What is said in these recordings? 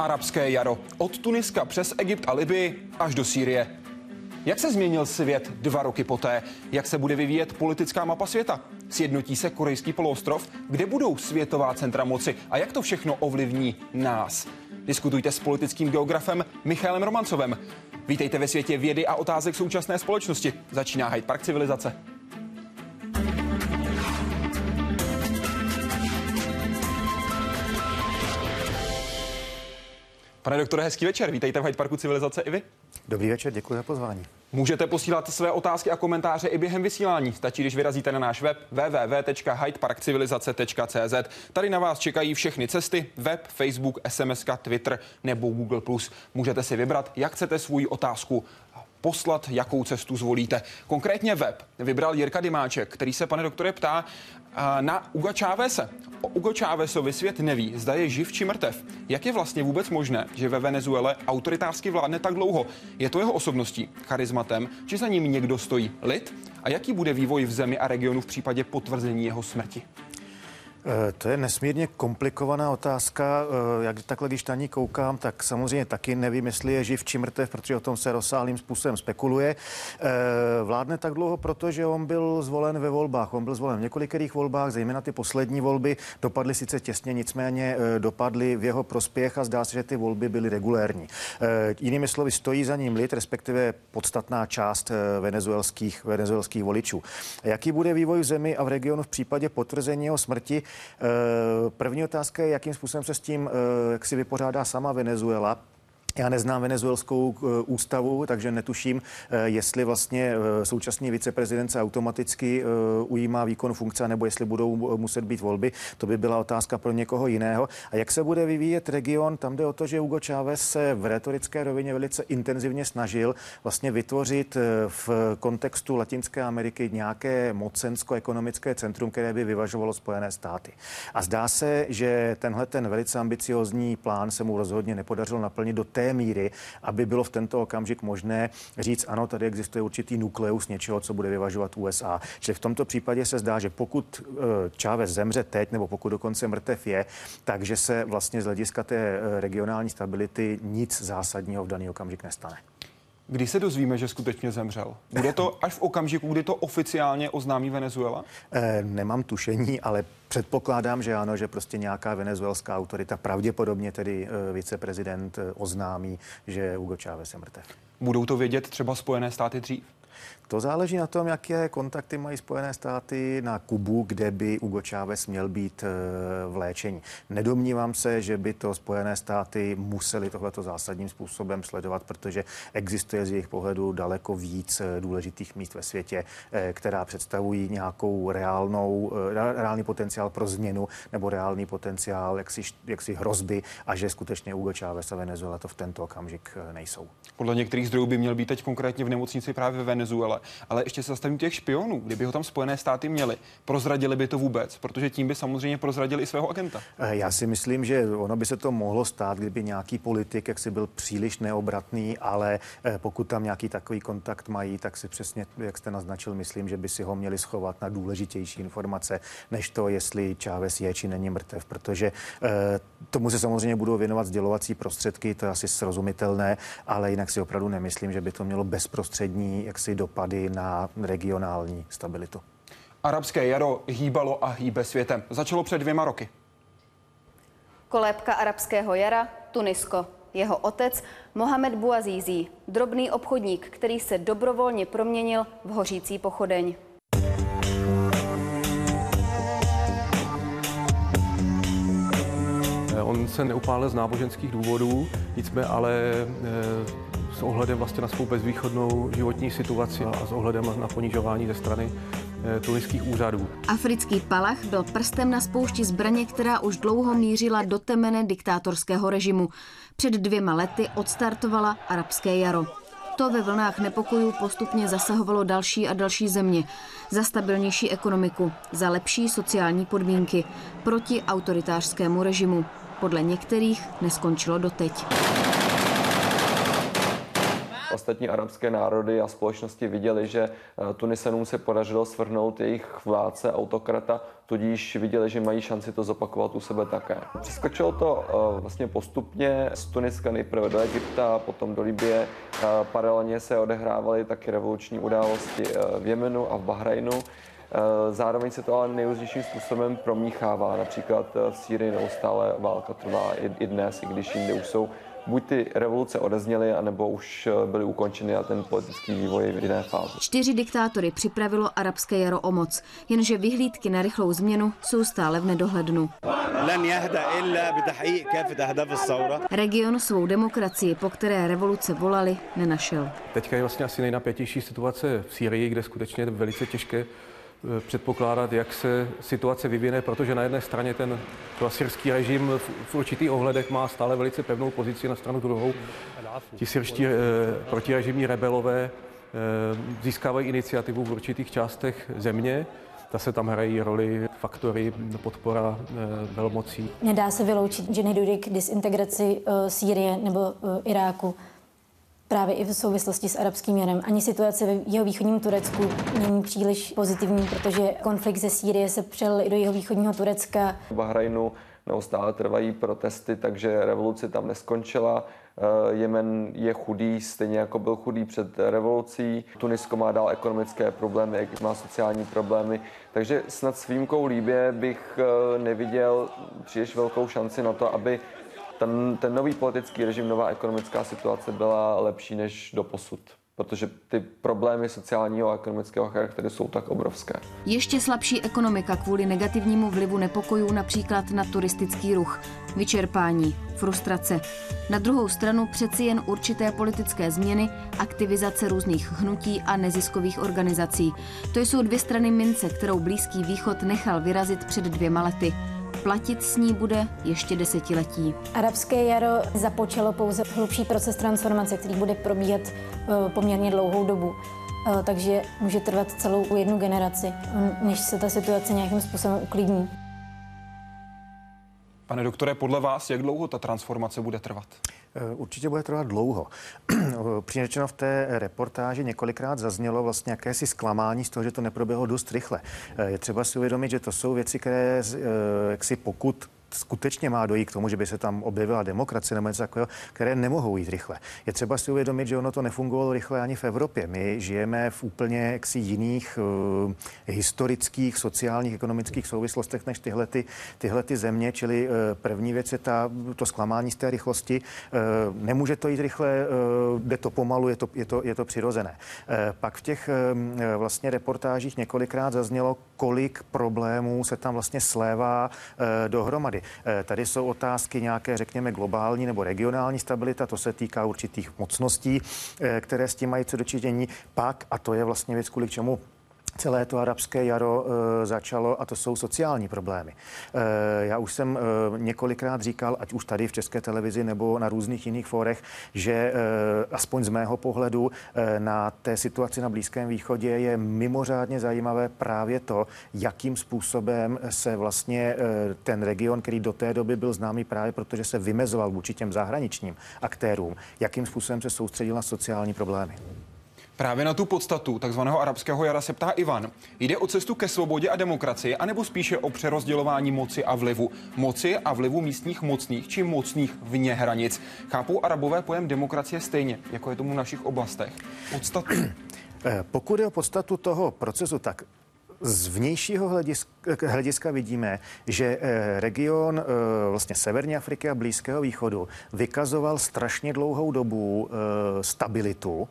Arabské jaro. Od Tuniska přes Egypt a Libyi až do Sýrie. Jak se změnil svět 2 roky poté? Jak se bude vyvíjet politická mapa světa? Sjednotí se korejský poloostrov? Kde budou světová centra moci? A jak to všechno ovlivní nás? Diskutujte s politickým geografem Michaelem Romancovem. Vítejte ve světě vědy a otázek současné společnosti. Začíná Hyde Park civilizace. Pane doktore, hezký večer. Vítejte v Hyde Parku civilizace i vy. Dobrý večer, děkuji za pozvání. Můžete posílat své otázky a komentáře i během vysílání. Stačí, když vyrazíte na náš web www.hydeparkcivilizace.cz. Tady na vás čekají všechny cesty, web, Facebook, SMS, Twitter nebo Google+. Můžete si vybrat, jak chcete svou otázku poslat, jakou cestu zvolíte. Konkrétně web vybral Jirka Dymáček, který se, pane doktore, ptá na Huga Chávese. O Hugo Chávesovi svět neví, zda je živ či mrtev. Jak je vlastně vůbec možné, že ve Venezuele autoritářsky vládne tak dlouho? Je to jeho osobností, charizmatem, či za ním někdo stojí? Lid? A jaký bude vývoj v zemi a regionu v případě potvrzení jeho smrti? To je nesmírně komplikovaná otázka. Jak takhle, když na ní koukám, tak samozřejmě taky nevím, jestli je živ či mrtev, protože o tom se rozsáhlým způsobem spekuluje. Vládne tak dlouho, protože on byl zvolen ve volbách. On byl zvolen v několikých volbách, zejména ty poslední volby dopadly sice těsně, nicméně dopadly v jeho prospěch a zdá se, že ty volby byly regulérní. Jinými slovy, stojí za ním lid, respektive podstatná část venezuelských voličů. Jaký bude vývoj v zemi a v regionu v případě potvrzení jeho smrti? První otázka je, jakým způsobem se s tím, jak si vypořádá sama Venezuela. Já neznám venezuelskou ústavu, takže netuším, jestli vlastně současný viceprezident se automaticky ujímá výkonu funkce, nebo jestli budou muset být volby. To by byla otázka pro někoho jiného. A jak se bude vyvíjet region? Tam jde o to, že Hugo Chávez se v rétorické rovině velice intenzivně snažil vlastně vytvořit v kontextu Latinské Ameriky nějaké mocensko-ekonomické centrum, které by vyvažovalo Spojené státy. A zdá se, že ten velice ambiciózní plán se mu rozhodně nepodařilo naplnit do té míry, aby bylo v tento okamžik možné říct, ano, tady existuje určitý nukleus něčeho, co bude vyvažovat USA. Čili v tomto případě se zdá, že pokud Chávez zemře teď, nebo pokud dokonce mrtev je, takže se vlastně z hlediska té regionální stability nic zásadního v daný okamžik nestane. Kdy se dozvíme, že skutečně zemřel? Bude to až v okamžiku, kdy to oficiálně oznámí Venezuela? Nemám tušení, ale předpokládám, že ano, že prostě nějaká venezuelská autorita, pravděpodobně tedy viceprezident, oznámí, že Hugo Chávez je mrtev. Budou to vědět třeba Spojené státy dřív? To záleží na tom, jaké kontakty mají Spojené státy na Kubu, kde by Hugo Chávez měl být v léčení. Nedomnívám se, že by to Spojené státy museli tohleto zásadním způsobem sledovat, protože existuje z jejich pohledu daleko víc důležitých míst ve světě, která představují nějakou reálný potenciál pro změnu nebo reálný potenciál jaksi hrozby a že skutečně Hugo Chávez a Venezuela to v tento okamžik nejsou. Podle některých zdrojů by měl být teď konkrétně v nemocnici právě ve Venezuele, ale ještě se zastavím těch špionů. Kdyby ho tam Spojené státy měli, prozradili by to vůbec, protože tím by samozřejmě prozradili i svého agenta. Já si myslím, že ono by se to mohlo stát, kdyby nějaký politik jaksi byl příliš neobratný, ale pokud tam nějaký takový kontakt mají, tak si přesně, jak jste naznačil, myslím, že by si ho měli schovat na důležitější informace, než to, jestli Chávez je či není mrtev, protože tomu se samozřejmě budou věnovat sdělovací prostředky, to je asi srozumitelné, ale jinak si opravdu nemyslím, že by to mělo bezprostřední jaksi dopady na regionální stabilitu. Arabské jaro hýbalo a hýbe světem. Začalo před 2 roky. Kolébka arabského jara, Tunisko. Jeho otec Mohamed Bouazizi, drobný obchodník, který se dobrovolně proměnil v hořící pochodeň. On se neupálil z náboženských důvodů, nicméně ale s ohledem vlastně na svou bezvýchodnou životní situaci a s ohledem na ponižování ze strany tuniských úřadů. Africký palach byl prstem na spoušti zbraně, která už dlouho mířila do temene diktátorského režimu. Před 2 lety odstartovala arabské jaro. To ve vlnách nepokojů postupně zasahovalo další a další země. Za stabilnější ekonomiku, za lepší sociální podmínky, proti autoritářskému režimu. Podle některých neskončilo doteď. Ostatní arabské národy a společnosti viděli, že Tunisanům se podařilo svrhnout jejich vládce, autokrata, tudíž viděli, že mají šanci to zopakovat u sebe také. Přeskočilo to vlastně postupně z Tuniska nejprve do Egypta, potom do Libye. Paralelně se odehrávaly taky revoluční události v Jemenu a v Bahrajnu. Zároveň se to ale nejrůznějším způsobem promíchává. Například v Sýrii neustále válka trvá i dnes, i když jinde už jsou buď ty revoluce odezněly, anebo už byly ukončeny a ten politický vývoj je v jiné fázi. 4 diktátory připravilo arabské jaro o moc, jenže vyhlídky na rychlou změnu jsou stále v nedohlednu. Region svou demokracii, po které revoluce volali, nenašel. Teďka je vlastně asi nejnapětější situace v Sýrii, kde skutečně je velice těžké předpokládat, jak se situace vyvine, protože na jedné straně ten syrský režim v určitých ohledech má stále velice pevnou pozici, na stranu druhou ti syrští protirežimní rebelové získávají iniciativu v určitých částech země. Zase tam hrají roli faktory podpora velmocí. Nedá se vyloučit, že nedojde k disintegraci Sýrie nebo Iráku. Právě i v souvislosti s arabským jarem. Ani situace v jihovýchodním Turecku není příliš pozitivní, protože konflikt ze Sýrie se přelil i do jihovýchodního Turecka. V Bahrajnu neustále trvají protesty, takže revoluce tam neskončila. Jemen je chudý, stejně jako byl chudý před revolucí. Tunisko má dál ekonomické problémy, Egypt má sociální problémy. Takže snad s výjimkou Libye bych neviděl příliš velkou šanci na to, aby ten nový politický režim, nová ekonomická situace byla lepší než doposud, protože ty problémy sociálního a ekonomického charakteru jsou tak obrovské. Ještě slabší ekonomika kvůli negativnímu vlivu nepokojů například na turistický ruch, vyčerpání, frustrace. Na druhou stranu přeci jen určité politické změny, aktivizace různých hnutí a neziskových organizací. To jsou 2 strany mince, kterou Blízký východ nechal vyrazit před 2 lety. Platit s ní bude ještě desetiletí. Arabské jaro započalo pouze hlubší proces transformace, který bude probíhat poměrně dlouhou dobu. Takže může trvat celou 1 generaci, než se ta situace nějakým způsobem uklidní. Pane doktore, podle vás, jak dlouho ta transformace bude trvat? Určitě bude trvat dlouho. Upřímně řečeno, v té reportáži několikrát zaznělo vlastně jakési zklamání z toho, že to neproběhlo dost rychle. Je třeba si uvědomit, že to jsou věci, které jaksi pokud skutečně má dojít k tomu, že by se tam objevila demokracie nebo něco takového, které nemohou jít rychle. Je třeba si uvědomit, že ono to nefungovalo rychle ani v Evropě. My žijeme v úplně jaksi jiných historických, sociálních, ekonomických souvislostech než tyhle země, čili první věc je to zklamání z té rychlosti. Nemůže to jít rychle, jde to pomalu, je to přirozené. Pak v těch vlastně reportážích několikrát zaznělo, kolik problémů se tam vlastně slévá dohromady. Tady jsou otázky nějaké, řekněme, globální nebo regionální stabilita, to se týká určitých mocností, které s tím mají co dočinění. Pak, a to je vlastně věc, kvůli čemu celé to arabské jaro začalo, a to jsou sociální problémy. Já už jsem několikrát říkal, ať už tady v České televizi nebo na různých jiných fórech, že aspoň z mého pohledu na té situaci na Blízkém východě je mimořádně zajímavé právě to, jakým způsobem se vlastně ten region, který do té doby byl známý právě protože se vymezoval vůči těm zahraničním aktérům, jakým způsobem se soustředil na sociální problémy. Právě na tu podstatu takzvaného arabského jara se ptá Ivan. Jde o cestu ke svobodě a demokracii, anebo spíše o přerozdělování moci a vlivu? Moci a vlivu místních mocných či mocných vně hranic. Chápou Arabové pojem demokracie stejně, jako je tomu v našich oblastech? Podstatu. Pokud je o podstatu toho procesu, tak z vnějšího hlediska vidíme, že region vlastně Severní Afriky a Blízkého východu vykazoval strašně dlouhou dobu stabilitu,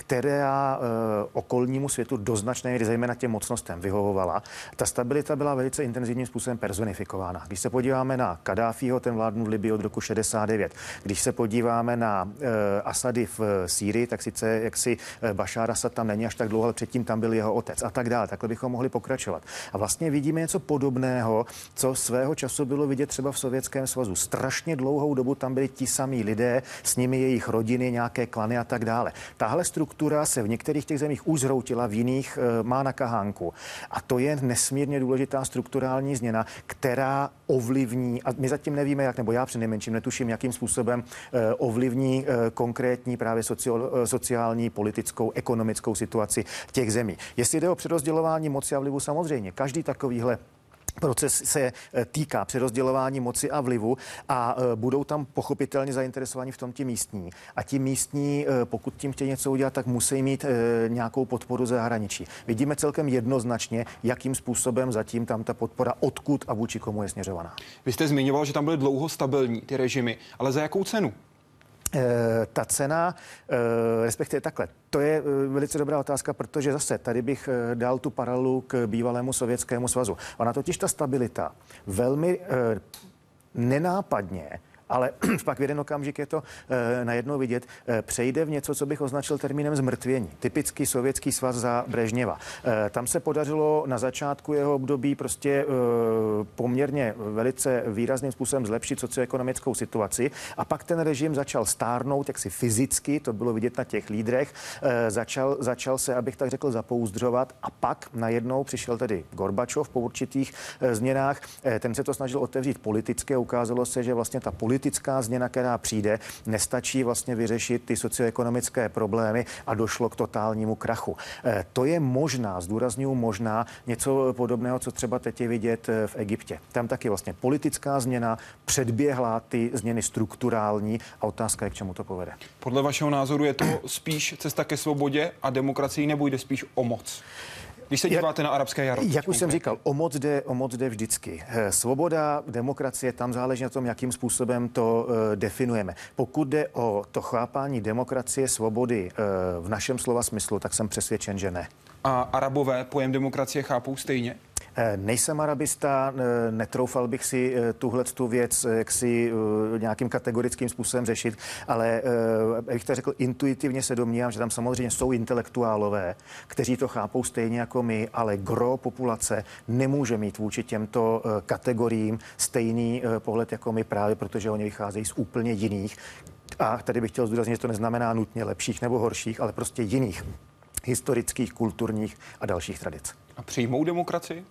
která okolnímu světu do značné míry, zejména těm mocnostem, vyhovovala. Ta stabilita byla velice intenzivním způsobem personifikována. Když se podíváme na Kadáfího, ten vládnul v Libii od roku 69. Když se podíváme na Asady v Sýrii, tak sice jaksi Bašár Asad tam není až tak dlouho, ale předtím tam byl jeho otec a tak dále. Takhle bychom mohli pokračovat. A vlastně vidíme, vidíme něco podobného, co svého času bylo vidět třeba v Sovětském svazu. Strašně dlouhou dobu tam byli ti samí lidé, s nimi jejich rodiny, nějaké klany a tak dále. Tahle struktura se v některých těch zemích už zhroutila, v jiných má na kahánku. A to je nesmírně důležitá strukturální změna, která ovlivní, a my zatím nevíme jak, nebo já přinejmenším netuším, jakým způsobem ovlivní konkrétní právě sociální, politickou, ekonomickou situaci těch zemí. Jestli jde o přerozdělování moci a vlivu, samozřejmě každý takovýhle proces se týká přerozdělování moci a vlivu a budou tam pochopitelně zainteresovaní v tom ti místní. A ti místní, pokud tím chtějí něco udělat, tak musí mít nějakou podporu ze zahraničí. Vidíme celkem jednoznačně, jakým způsobem zatím tam ta podpora, odkud a vůči komu je směřovaná. Vy jste zmiňoval, že tam byly dlouho stabilní ty režimy, ale za jakou cenu? Ta cena, respektive takhle, to je velice dobrá otázka, protože zase tady bych dal tu paralelu k bývalému Sovětskému svazu. Ona totiž ta stabilita velmi nenápadně, ale pak v jeden okamžik je to najednou vidět, přejde v něco, co bych označil termínem zmrtvění. Typický Sovětský svaz za Brežněva. Tam se podařilo na začátku jeho období prostě poměrně velice výrazným způsobem zlepšit socioekonomickou situaci a pak ten režim začal stárnout jaksi fyzicky, to bylo vidět na těch lídrech, začal se, abych tak řekl, zapouzdřovat a pak najednou přišel tedy Gorbačov po určitých změnách. Ten se to snažil otevřít politicky a ukázalo se, že vlastně ta politická změna, která přijde, nestačí vlastně vyřešit ty socioekonomické problémy a došlo k totálnímu krachu. To je možná, zdůrazňuji možná, něco podobného, co třeba teď je vidět v Egyptě. Tam taky vlastně politická změna předběhla ty změny strukturální a otázka je, k čemu to povede. Podle vašeho názoru je to spíš cesta ke svobodě a demokracii, nebo jde spíš o moc? Když se díváte na arabské jaro. Jak už jsem říkal, o moc jde vždycky. Svoboda, demokracie, tam záleží na tom, jakým způsobem to definujeme. Pokud jde o to chápání demokracie, svobody v našem slova smyslu, tak jsem přesvědčen, že ne. A Arabové pojem demokracie chápou stejně? Nejsem arabista, netroufal bych si tuhletu věc jaksi nějakým kategorickým způsobem řešit, ale bych to řekl, intuitivně se domnívám, že tam samozřejmě jsou intelektuálové, kteří to chápou stejně jako my, ale gro populace nemůže mít vůči těmto kategoriím stejný pohled jako my právě, protože oni vycházejí z úplně jiných. A tady bych chtěl zdůraznit, že to neznamená nutně lepších nebo horších, ale prostě jiných historických, kulturních a dalších tradic. A přijmou demokracii?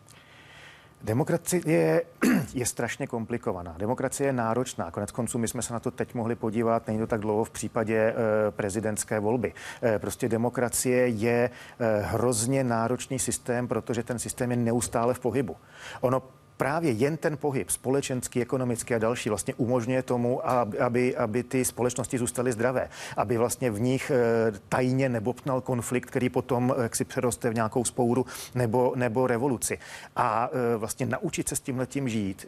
Demokracie je strašně komplikovaná. Demokracie je náročná. Konec konců my jsme se na to teď mohli podívat, není to tak dlouho v případě prezidentské volby. Prostě demokracie je hrozně náročný systém, protože ten systém je neustále v pohybu. Ono právě jen ten pohyb společenský, ekonomický a další vlastně umožňuje tomu, aby ty společnosti zůstaly zdravé, aby vlastně v nich tajně nebobtnal konflikt, který potom jaksi přeroste v nějakou spouru nebo revoluci. A vlastně naučit se s tímhletím žít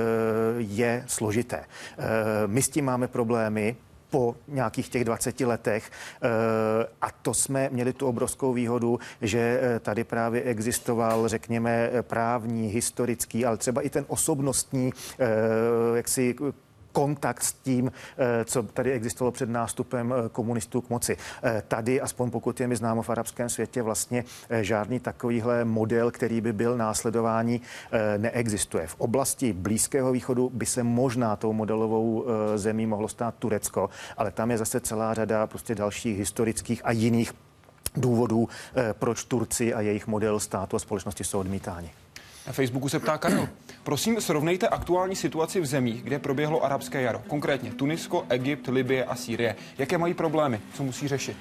je složité. My s tím máme problémy po nějakých těch 20 letech a to jsme měli tu obrovskou výhodu, že tady právě existoval, řekněme, právní, historický, ale třeba i ten osobnostní, jaksi kontakt s tím, co tady existovalo před nástupem komunistů k moci. Tady, aspoň pokud je mi známo v arabském světě, vlastně žádný takovýhle model, který by byl následování, neexistuje. V oblasti Blízkého východu by se možná tou modelovou zemí mohlo stát Turecko, ale tam je zase celá řada prostě dalších historických a jiných důvodů, proč Turci a jejich model státu a společnosti jsou odmítáni. Na Facebooku se ptá Karel. Prosím, srovnejte aktuální situaci v zemích, kde proběhlo arabské jaro. Konkrétně Tunisko, Egypt, Libye a Sýrie. Jaké mají problémy? Co musí řešit?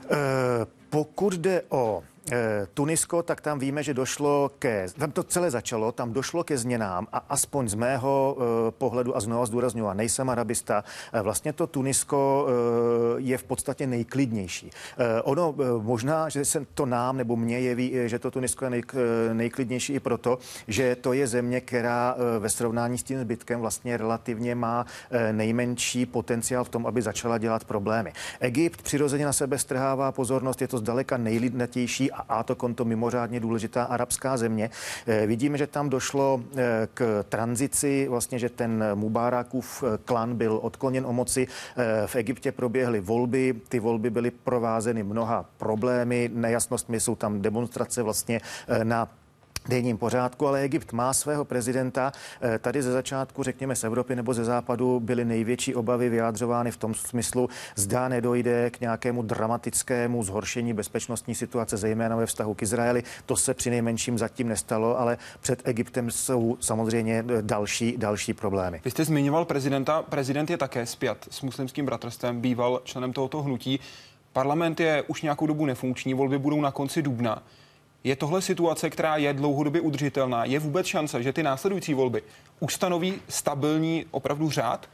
Pokud jde o Tunisko, tak tam víme, že tam to celé začalo, tam došlo ke změnám a aspoň z mého pohledu, a znovu zdůrazňuji, a nejsem arabista, vlastně to Tunisko je v podstatě nejklidnější. Ono možná, že se to nám nebo mně jeví, že to Tunisko je nejklidnější i proto, že to je země, která ve srovnání s tím zbytkem vlastně relativně má nejmenší potenciál v tom, aby začala dělat problémy. Egypt přirozeně na sebe strhává pozornost, je to zdaleka nejlidnatější a to konto mimořádně důležitá arabská země. Vidíme, že tam došlo k tranzici, vlastně, že ten Mubarakův klan byl odkloněn o moci. V Egyptě proběhly volby, ty volby byly provázeny mnoha problémy, nejasnostmi, jsou tam demonstrace vlastně na denním pořádku, ale Egypt má svého prezidenta. Tady ze začátku, řekněme z Evropy nebo ze západu, byly největší obavy vyjádřovány v tom smyslu, zda nedojde k nějakému dramatickému zhoršení bezpečnostní situace, zejména ve vztahu k Izraeli. To se přinejmenším zatím nestalo, ale před Egyptem jsou samozřejmě další problémy. Vy jste zmiňoval prezidenta. Prezident je také spjat s muslimským bratrstvem, býval členem tohoto hnutí. Parlament je už nějakou dobu nefunkční, volby budou na konci dubna. Je tohle situace, která je dlouhodobě udržitelná? Je vůbec šance, že ty následující volby ustanoví stabilní opravdu řád?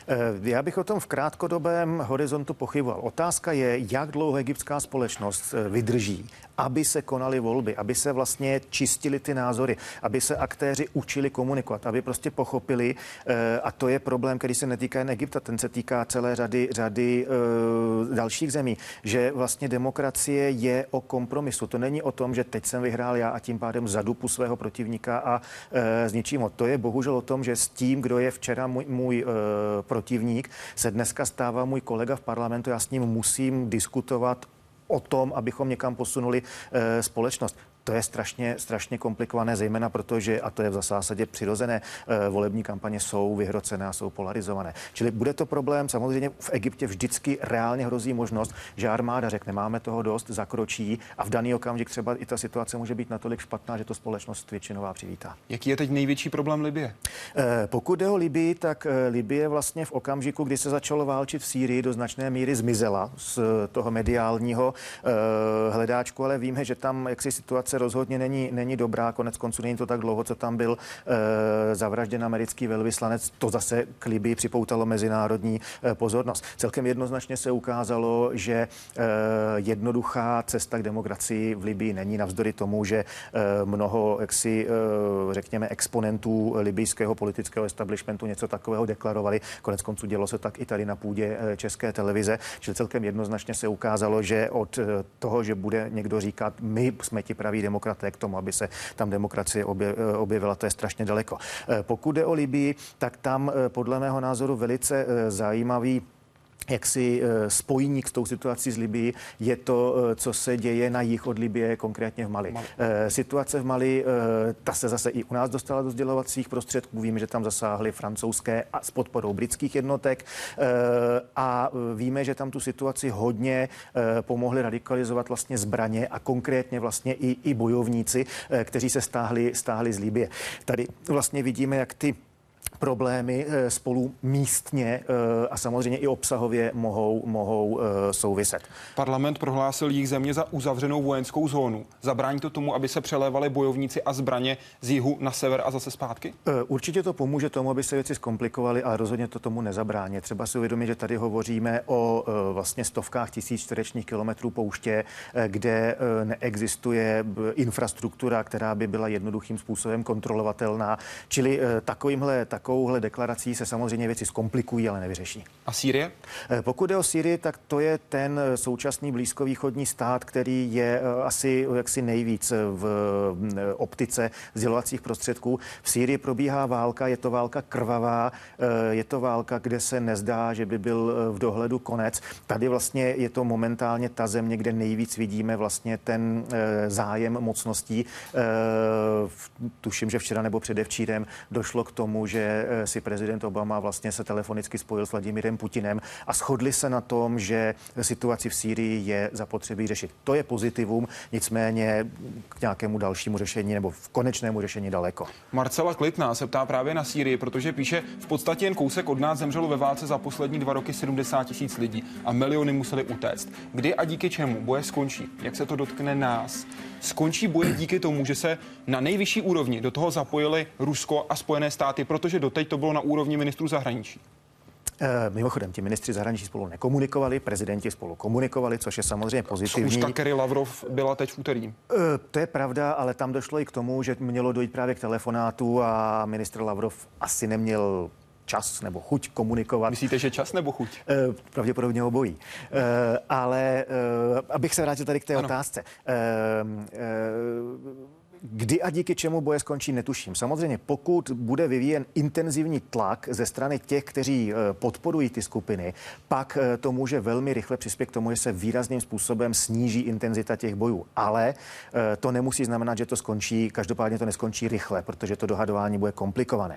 Já bych o tom v krátkodobém horizontu pochyboval. Otázka je, jak dlouho egyptská společnost vydrží, aby se konaly volby, aby se vlastně čistily ty názory, aby se aktéři učili komunikovat, aby prostě pochopili, a to je problém, který se netýká jen Egypta, ten se týká celé řady dalších zemí, že vlastně demokracie je o kompromisu. To není o tom, že teď jsem vyhrál já a tím pádem zadupu svého protivníka a zničím ho. To je bohužel o tom, že s tím, kdo je včera můj protivník, se dneska stává můj kolega v parlamentu. Já s ním musím diskutovat o tom, abychom někam posunuli společnost. To je strašně komplikované, zejména protože, a to je v zásadě přirozené, volební kampaně jsou vyhrocené a jsou polarizované. Čili bude to problém, samozřejmě v Egyptě vždycky reálně hrozí možnost, že armáda řekne, máme toho dost, zakročí a v daný okamžik třeba i ta situace může být natolik špatná, že to společnost většinová přivítá. Jaký je teď největší problém Libye? Pokud jde o Libii, tak Libye vlastně v okamžiku, kdy se začalo válčit v Sýrii, do značné míry zmizela z toho mediálního hledáčku, ale víme, že tam jaksi situace rozhodně není dobrá. Konec konců není to tak dlouho, co tam byl zavražděn americký velvyslanec. To zase k Libii připoutalo mezinárodní pozornost. Celkem jednoznačně se ukázalo, že jednoduchá cesta k demokracii v Libii není, navzdory tomu, že mnoho řekněme exponentů libijského politického establishmentu něco takového deklarovali. Konec konců dělo se tak i tady na půdě České televize. Čili celkem jednoznačně se ukázalo, že od toho, že bude někdo říkat, my jsme ti praví demokraté, k tomu, aby se tam demokracie objevila, to je strašně daleko. Pokud jde o Libii, tak tam podle mého názoru velice zajímavý spojník s tou situací z Libii je to, co se děje na jih od Libye, konkrétně v Mali. Situace v Mali, ta se zase i u nás dostala do sdělovacích prostředků. Víme, že tam zasáhly francouzské a s podporou britských jednotek a víme, že tam tu situaci hodně pomohli radikalizovat vlastně zbraně a konkrétně vlastně i bojovníci, kteří se stáhli z Libye. Tady vlastně vidíme, jak ty problémy spolu místně a samozřejmě i obsahově mohou souviset. Parlament prohlásil jich země za uzavřenou vojenskou zónu. Zabrání to tomu, aby se přelévali bojovníci a zbraně z jihu na sever a zase zpátky? Určitě to pomůže tomu, aby se věci zkomplikovaly, ale rozhodně to tomu nezabrání. Třeba si uvědomit, že tady hovoříme o vlastně stovkách tisíc čtverečních kilometrů pouště, kde neexistuje infrastruktura, která by byla jednoduchým způsobem kontrolovatelná. Čili takovouhle deklarací se samozřejmě věci zkomplikují, ale nevyřeší. A Sýrie? Pokud jde o Sýrii, tak to je ten současný blízkovýchodní stát, který je asi jaksi nejvíc v optice sdělovacích prostředků. V Sýrii probíhá válka, je to válka krvavá, je to válka, kde se nezdá, že by byl v dohledu konec. Tady vlastně je to momentálně ta země, kde nejvíc vidíme vlastně ten zájem mocností. Tuším, že včera nebo předevčírem došlo k tomu, že si prezident Obama vlastně se telefonicky spojil s Vladimirem Putinem a shodli se na tom, že situaci v Sýrii je zapotřebí řešit. To je pozitivum, nicméně k nějakému dalšímu řešení nebo v konečnému řešení daleko. Marcela Klitná se ptá právě na Sýrii, protože píše, v podstatě jen kousek od nás zemřelo ve válce za poslední 2 roky 70 000 lidí a miliony museli utéct. Kdy a díky čemu boje skončí? Jak se to dotkne nás? Skončí boje díky tomu, že se na nejvyšší úrovni do toho zapojili Rusko a Spojené státy, protože doteď to bylo na úrovni ministrů zahraničí. Mimochodem, ti ministři zahraničí spolu nekomunikovali, prezidenti spolu komunikovali, což je samozřejmě pozitivní. Schůzka Kerry Lavrov byla teď v úterý. To je pravda, ale tam došlo i k tomu, že mělo dojít právě k telefonátu a ministr Lavrov asi neměl čas nebo chuť komunikovat. Myslíte, že čas nebo chuť? Pravděpodobně obojí. Ale abych se vrátil tady k té otázce. Kdy a díky čemu boje skončí, netuším. Samozřejmě, pokud bude vyvíjen intenzivní tlak ze strany těch, kteří podporují ty skupiny, pak to může velmi rychle přispět k tomu, že se výrazným způsobem sníží intenzita těch bojů. Ale to nemusí znamenat, že to skončí, každopádně to neskončí rychle, protože to dohadování bude komplikované.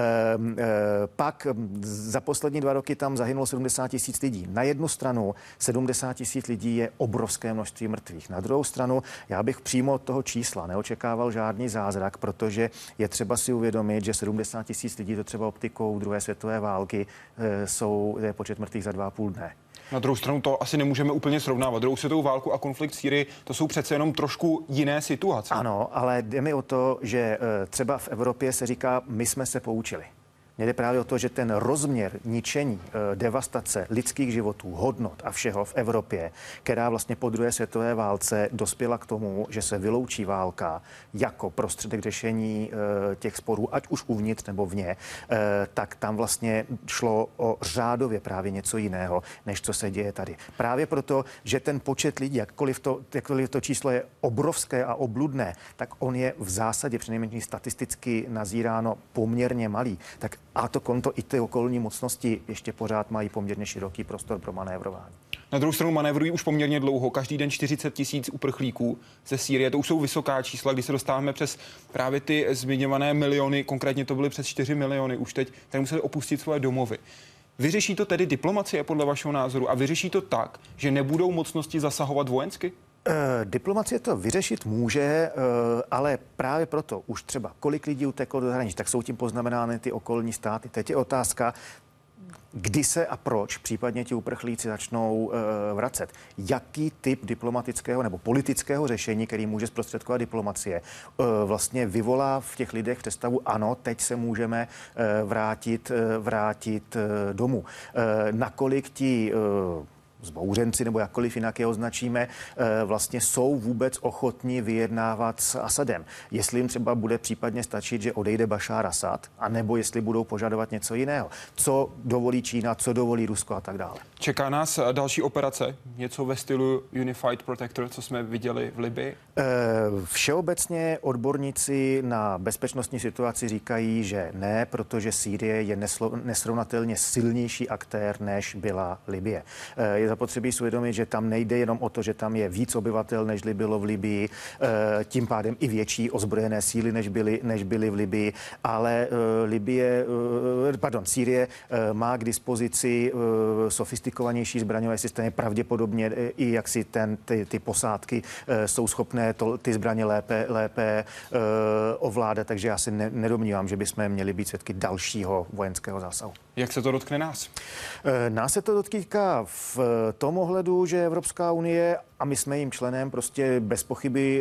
Pak za poslední 2 roky tam zahynulo 70 000 lidí. Na jednu stranu 70 000 lidí je obrovské množství mrtvých. Na druhou stranu já bych přímo od toho čísla neočekával žádný zázrak, protože je třeba si uvědomit, že 70 000 lidí, to třeba optikou druhé světové války, je počet mrtvých za 2,5 dne. Na druhou stranu to asi nemůžeme úplně srovnávat. Druhou světovou válku a konflikt v Sýrii, to jsou přece jenom trošku jiné situace. Ano, ale jde mi o to, že třeba v Evropě se říká, my jsme se poučili. Mně jde právě o to, že ten rozměr ničení, devastace lidských životů, hodnot a všeho v Evropě, která vlastně po druhé světové válce dospěla k tomu, že se vyloučí válka jako prostředek řešení těch sporů, ať už uvnitř nebo vně, tak tam vlastně šlo o řádově právě něco jiného, než co se děje tady. Právě proto, že ten počet lidí, jakkoliv to číslo je obrovské a obludné, tak on je v zásadě přinejmenším statisticky nazíráno poměrně malý. Tak a to konto i ty okolní mocnosti ještě pořád mají poměrně široký prostor pro manévrování. Na druhou stranu manévrují už poměrně dlouho. Každý den 40 000 uprchlíků ze Sýrie. To už jsou vysoká čísla, když se dostáváme přes právě ty zmiňované miliony, konkrétně to byly přes 4 miliony už teď, které museli opustit svoje domovy. Vyřeší to tedy diplomacie podle vašeho názoru a vyřeší to tak, že nebudou mocnosti zasahovat vojensky? Diplomacie to vyřešit může, ale právě proto už třeba kolik lidí uteklo do zahraničí, tak jsou tím poznamenány ty okolní státy. Teď je otázka, kdy se a proč případně ti uprchlíci začnou vracet. Jaký typ diplomatického nebo politického řešení, který může zprostředkovat diplomacie, vlastně vyvolá v těch lidech představu, ano, teď se můžeme vrátit domů. Nakolik ti zbouřenci, nebo jakkoliv jinak je označíme, vlastně jsou vůbec ochotní vyjednávat s Asadem. Jestli jim třeba bude případně stačit, že odejde Bašár Asad, anebo jestli budou požadovat něco jiného. Co dovolí Čína, co dovolí Rusko a tak dále. Čeká nás další operace, něco ve stylu Unified Protector, co jsme viděli v Libyi? Všeobecně odborníci na bezpečnostní situaci říkají, že ne, protože Sýrie je nesrovnatelně silnější aktér, než byla Libye. Je zapotřebí si uvědomit, že tam nejde jenom o to, že tam je víc obyvatel, nežli bylo v Libyi, tím pádem i větší ozbrojené síly, než byly v Libyi, ale Sýrie má k dispozici sofistikovanější zbraňové systémy, pravděpodobně i jak si ty posádky jsou schopné ty zbraně lépe ovládat, takže já si nedomnívám, že bychom měli být svědky dalšího vojenského zásahu. Jak se to dotkne nás? Nás se to dotýká v tom ohledu, že Evropská unie, a my jsme jím členem, prostě bez pochyby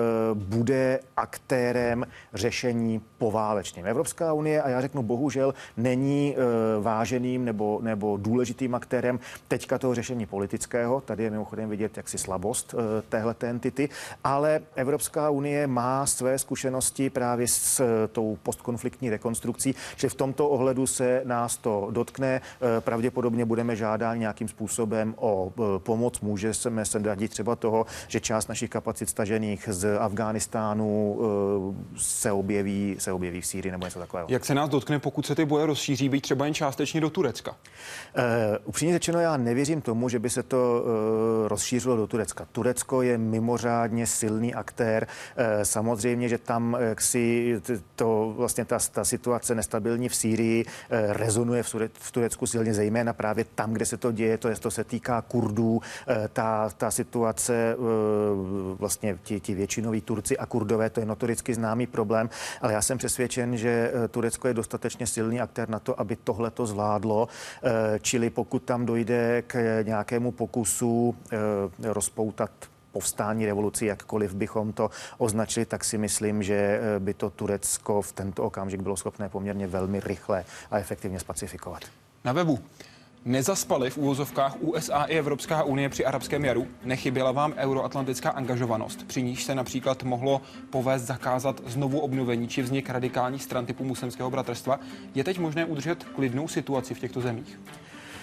bude aktérem řešení poválečným. Evropská unie, a já řeknu bohužel, není váženým nebo důležitým aktérem teďka toho řešení politického. Tady je mimochodem vidět jaksi slabost téhleté entity, ale Evropská unie má své zkušenosti právě s tou postkonfliktní rekonstrukcí, že v tomto ohledu se nás to dotkne. Pravděpodobně budeme žádat nějakým způsobem o pomoc. Můžeme se radit třeba toho, že část našich kapacit stažených z Afghánistánu se objeví v Sýrii nebo něco takového. Jak se nás dotkne, pokud se ty boje rozšíří, být třeba jen částečně do Turecka? Upřímně řečeno, já nevěřím tomu, že by se to rozšířilo do Turecka. Turecko je mimořádně silný aktér. Samozřejmě, že tam jaksi vlastně ta situace nestabilní v Sýrii rezonuje v Turecku silně, zejména právě tam, kde se to děje, to se týká Kurdů, ta situace, vlastně ti většinoví Turci a Kurdové, to je notoricky známý problém, ale já jsem přesvědčen, že Turecko je dostatečně silný aktér na to, aby tohle to zvládlo, čili pokud tam dojde k nějakému pokusu rozpoutat povstání, revoluci, jakkoliv bychom to označili, tak si myslím, že by to Turecko v tento okamžik bylo schopné poměrně velmi rychle a efektivně spacifikovat. Na webu. Nezaspali v úvozovkách USA i Evropská unie při arabském jaru? Nechyběla vám euroatlantická angažovanost, při níž se například mohlo povést zakázat znovu obnovení či vznik radikálních stran typu muslimského bratrstva? Je teď možné udržet klidnou situaci v těchto zemích?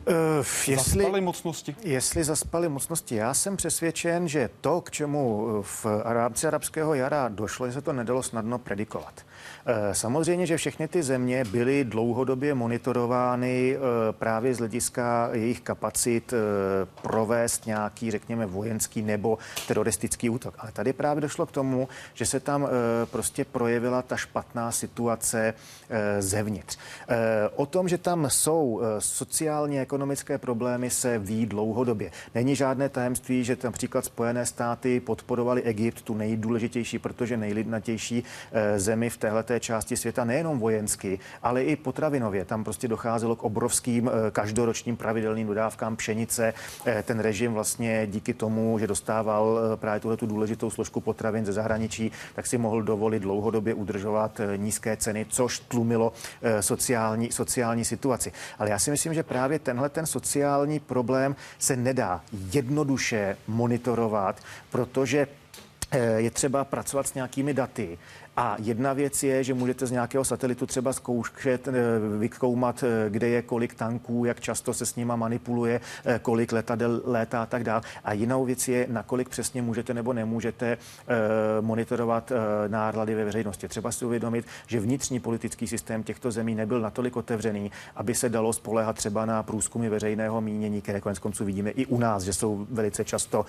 Zaspali mocnosti? Jestli zaspali mocnosti, já jsem přesvědčen, že to, k čemu v rámci arabského jara došlo, že se to nedalo snadno predikovat. Samozřejmě, že všechny ty země byly dlouhodobě monitorovány právě z hlediska jejich kapacit provést nějaký, řekněme, vojenský nebo teroristický útok. Ale tady právě došlo k tomu, že se tam prostě projevila ta špatná situace zevnitř. O tom, že tam jsou sociálně ekonomické problémy, se ví dlouhodobě. Není žádné tajemství, že například Spojené státy podporovaly Egypt, tu nejdůležitější, protože nejlidnatější zemi v téhleté části světa, nejenom vojensky, ale i potravinově. Tam prostě docházelo k obrovským každoročním pravidelným dodávkám pšenice. Ten režim vlastně díky tomu, že dostával právě tuhletu důležitou složku potravin ze zahraničí, tak si mohl dovolit dlouhodobě udržovat nízké ceny, což tlumilo sociální situaci. Ale já si myslím, že právě tenhle ten sociální problém se nedá jednoduše monitorovat, protože je třeba pracovat s nějakými daty. A jedna věc je, že můžete z nějakého satelitu třeba vykoumat, kde je kolik tanků, jak často se s nima manipuluje, kolik letadel létá a tak dál. A jinou věc je, nakolik přesně můžete nebo nemůžete monitorovat nálady ve veřejnosti. Třeba si uvědomit, že vnitřní politický systém těchto zemí nebyl natolik otevřený, aby se dalo spoléhat třeba na průzkumy veřejného mínění, které koneckonců vidíme i u nás, že jsou velice často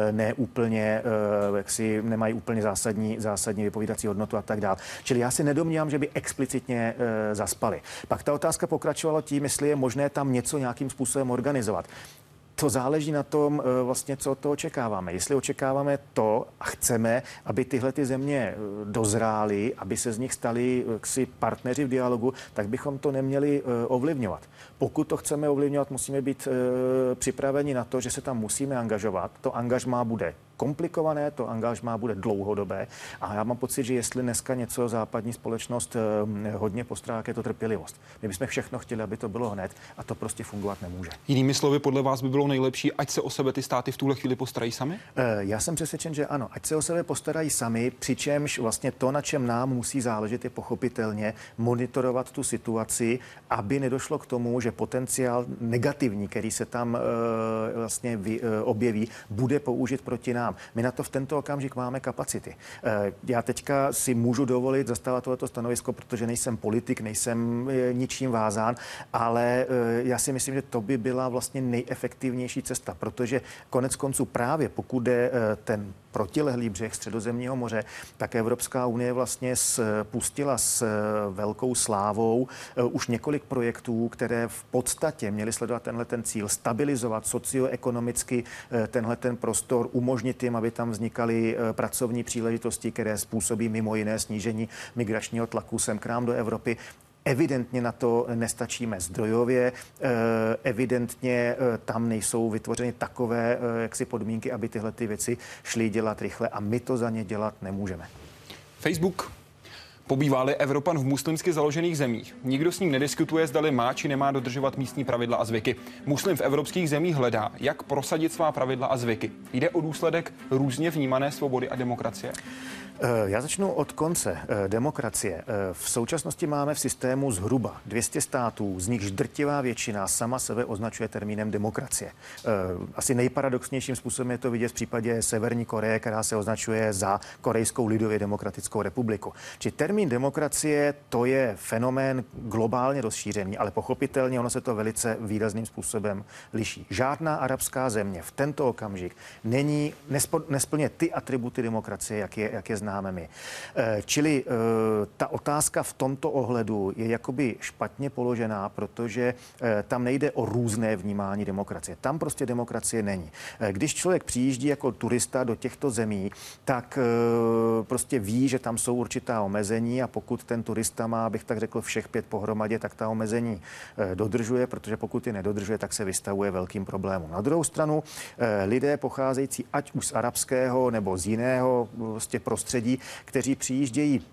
neúplně, jaksi nemají úplně zásadní vypovídací hodnotu a tak dále. Čili já si nedomnívám, že by explicitně zaspali. Pak ta otázka pokračovala tím, jestli je možné tam něco nějakým způsobem organizovat. To záleží na tom, vlastně, co od toho očekáváme. Jestli očekáváme to a chceme, aby tyhle ty země dozrály, aby se z nich stali partneři v dialogu, tak bychom to neměli ovlivňovat. Pokud to chceme ovlivňovat, musíme být připraveni na to, že se tam musíme angažovat. To angažmá bude komplikované, to angažmá bude dlouhodobé a já mám pocit, že jestli dneska něco západní společnost hodně postrádá, je to trpělivost. My bychom všechno chtěli, aby to bylo hned a to prostě fungovat nemůže. Jinými slovy, podle vás by bylo nejlepší, ať se o sebe ty státy v tuhle chvíli postarají sami? Já jsem přesvědčen, že ano, ať se o sebe postarají sami, přičemž vlastně to, na čem nám musí záležet, je pochopitelně monitorovat tu situaci, aby nedošlo k tomu, že potenciál negativní, který se tam vlastně objeví, bude použit proti nám. My na to v tento okamžik máme kapacity. Já teďka si můžu dovolit zastávat tohleto stanovisko, protože nejsem politik, nejsem ničím vázán, ale já si myslím, že to by byla vlastně nejefektivnější cesta, protože konec konců právě pokud jde ten protilehlý břeh Středozemního moře, tak Evropská unie vlastně spustila s velkou slávou už několik projektů, které v podstatě měly sledovat tenhle ten cíl, stabilizovat socioekonomicky tenhle ten prostor, umožnit jim, aby tam vznikaly pracovní příležitosti, které způsobí mimo jiné snížení migračního tlaku sem k nám do Evropy. Evidentně na to nestačíme zdrojově, evidentně tam nejsou vytvořeny takové jaksi podmínky, aby tyhle ty věci šly dělat rychle a my to za ně dělat nemůžeme. Facebook. Pobývá-li Evropan v muslimsky založených zemích, nikdo s ním nediskutuje, zdali má či nemá dodržovat místní pravidla a zvyky. Muslim v evropských zemích hledá, jak prosadit svá pravidla a zvyky. Jde o důsledek různě vnímané svobody a demokracie? Já začnu od konce. Demokracie. V současnosti máme v systému zhruba 200 států, z nichž drtivá většina sama sebe označuje termínem demokracie. Asi nejparadoxnějším způsobem je to vidět v případě Severní Koreje, která se označuje za Korejskou lidově demokratickou republiku. Či termín demokracie, to je fenomén globálně rozšířený, ale pochopitelně ono se to velice výrazným způsobem liší. Žádná arabská země v tento okamžik nesplňuje ty atributy demokracie, jak je známe my. Čili ta otázka v tomto ohledu je jakoby špatně položená, protože tam nejde o různé vnímání demokracie. Tam prostě demokracie není. Když člověk přijíždí jako turista do těchto zemí, tak prostě ví, že tam jsou určitá omezení a pokud ten turista má, abych tak řekl, všech 5 pohromadě, tak ta omezení dodržuje, protože pokud je nedodržuje, tak se vystavuje velkým problémům. Na druhou stranu lidé pocházející ať už z arabského nebo z jiného prostě prostředí, kteří přijíždějí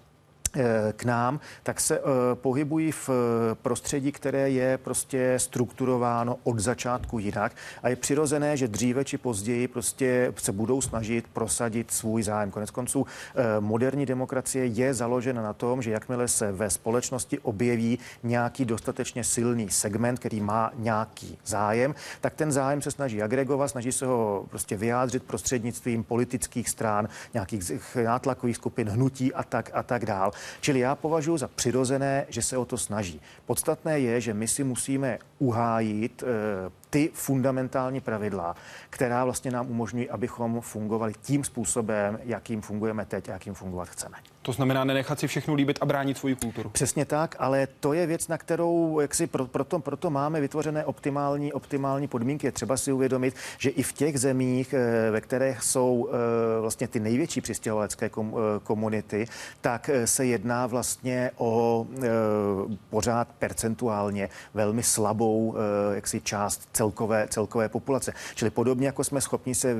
k nám, tak se pohybují v prostředí, které je prostě strukturováno od začátku jinak a je přirozené, že dříve či později prostě se budou snažit prosadit svůj zájem. Konec konců moderní demokracie je založena na tom, že jakmile se ve společnosti objeví nějaký dostatečně silný segment, který má nějaký zájem, tak ten zájem se snaží agregovat, snaží se ho prostě vyjádřit prostřednictvím politických stran, nějakých nátlakových skupin, hnutí a tak dál. Čili já považuji za přirozené, že se o to snaží. Podstatné je, že my si musíme uhájit ty fundamentální pravidla, která vlastně nám umožňují, abychom fungovali tím způsobem, jakým fungujeme teď a jakým fungovat chceme. To znamená nenechat si všechno líbit a bránit svoji kulturu. Přesně tak, ale to je věc, na kterou proto máme vytvořené optimální podmínky. Je třeba si uvědomit, že i v těch zemích, ve kterých jsou vlastně ty největší přistěhovalecké komunity, tak se jedná vlastně o pořád percentuálně velmi slabou část celkové populace. Čili podobně jako jsme schopni se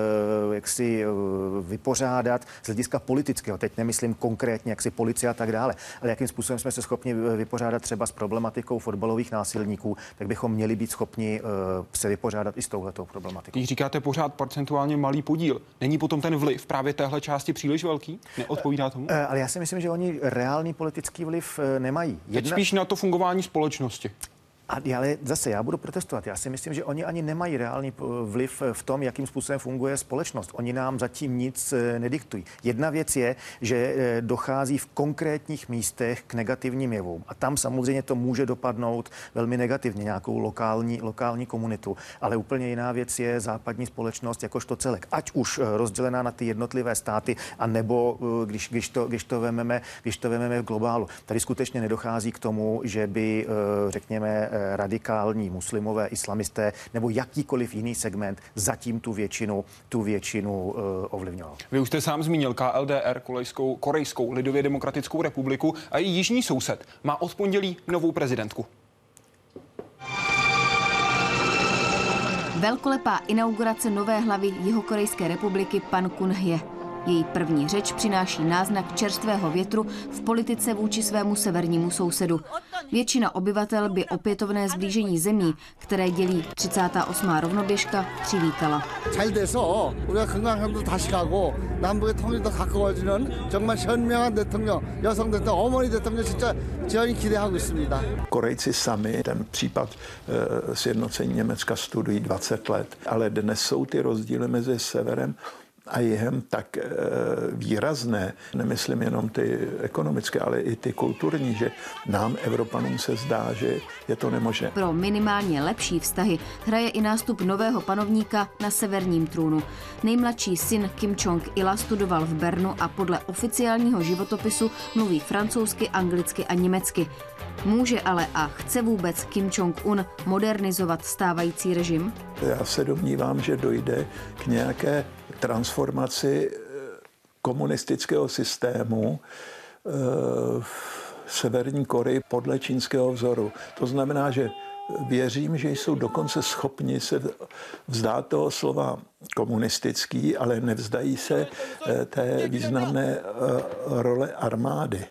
vypořádat z hlediska politického, teď nemyslím konkrétně policie a tak dále, ale jakým způsobem jsme se schopni vypořádat třeba s problematikou fotbalových násilníků, tak bychom měli být schopni se vypořádat i s touhletou problematikou. Když říkáte pořád procentuálně malý podíl, není potom ten vliv právě téhle části příliš velký? Neodpovídá tomu? Ale já si myslím, že oni reálný politický vliv nemají. Teď spíš na to fungování společnosti. Ale zase já budu protestovat. Já si myslím, že oni ani nemají reálný vliv v tom, jakým způsobem funguje společnost. Oni nám zatím nic nediktují. Jedna věc je, že dochází v konkrétních místech k negativním jevům. A tam samozřejmě to může dopadnout velmi negativně, nějakou lokální komunitu. Ale úplně jiná věc je západní společnost jakožto celek. Ať už rozdělená na ty jednotlivé státy, anebo když to vememe v globálu. Tady skutečně nedochází k tomu, že by, řekněme, radikální muslimové, islamisté nebo jakýkoliv jiný segment zatím tu většinu ovlivňoval. Vy už jste sám zmínil KLDR, Korejskou lidově demokratickou republiku, a její jižní soused má od pondělí novou prezidentku. Velkolepá inaugurace nové hlavy Jihokorejské republiky Pan Kun-hye. Její první řeč přináší náznak čerstvého větru v politice vůči svému severnímu sousedu. Většina obyvatel by opětovné sblížení zemí, které dělí 38. rovnoběžka, přivítala. 잘 돼서 우리가 건강함도 다시 가고 남북의 통일도 가까워지는 정말 현명한 대통령, 여성 대통령, 어머니 대통령 진짜 지원이 기대하고 있습니다. Korejci sami ten případ sjednocení Německa studují 20 let, ale dnes jsou ty rozdíly mezi severem a jihem tak výrazné, nemyslím jenom ty ekonomické, ale i ty kulturní, že nám, Evropanům, se zdá, že je to nemožné. Pro minimálně lepší vztahy hraje i nástup nového panovníka na severním trůnu. Nejmladší syn Kim Jong-ila studoval v Bernu a podle oficiálního životopisu mluví francouzsky, anglicky a německy. Může ale a chce vůbec Kim Jong-un modernizovat stávající režim? Já se domnívám, že dojde k nějaké transformaci komunistického systému v Severní Koreji podle čínského vzoru. To znamená, že věřím, že jsou dokonce schopni se vzdát toho slova komunistický, ale nevzdají se té významné role armády.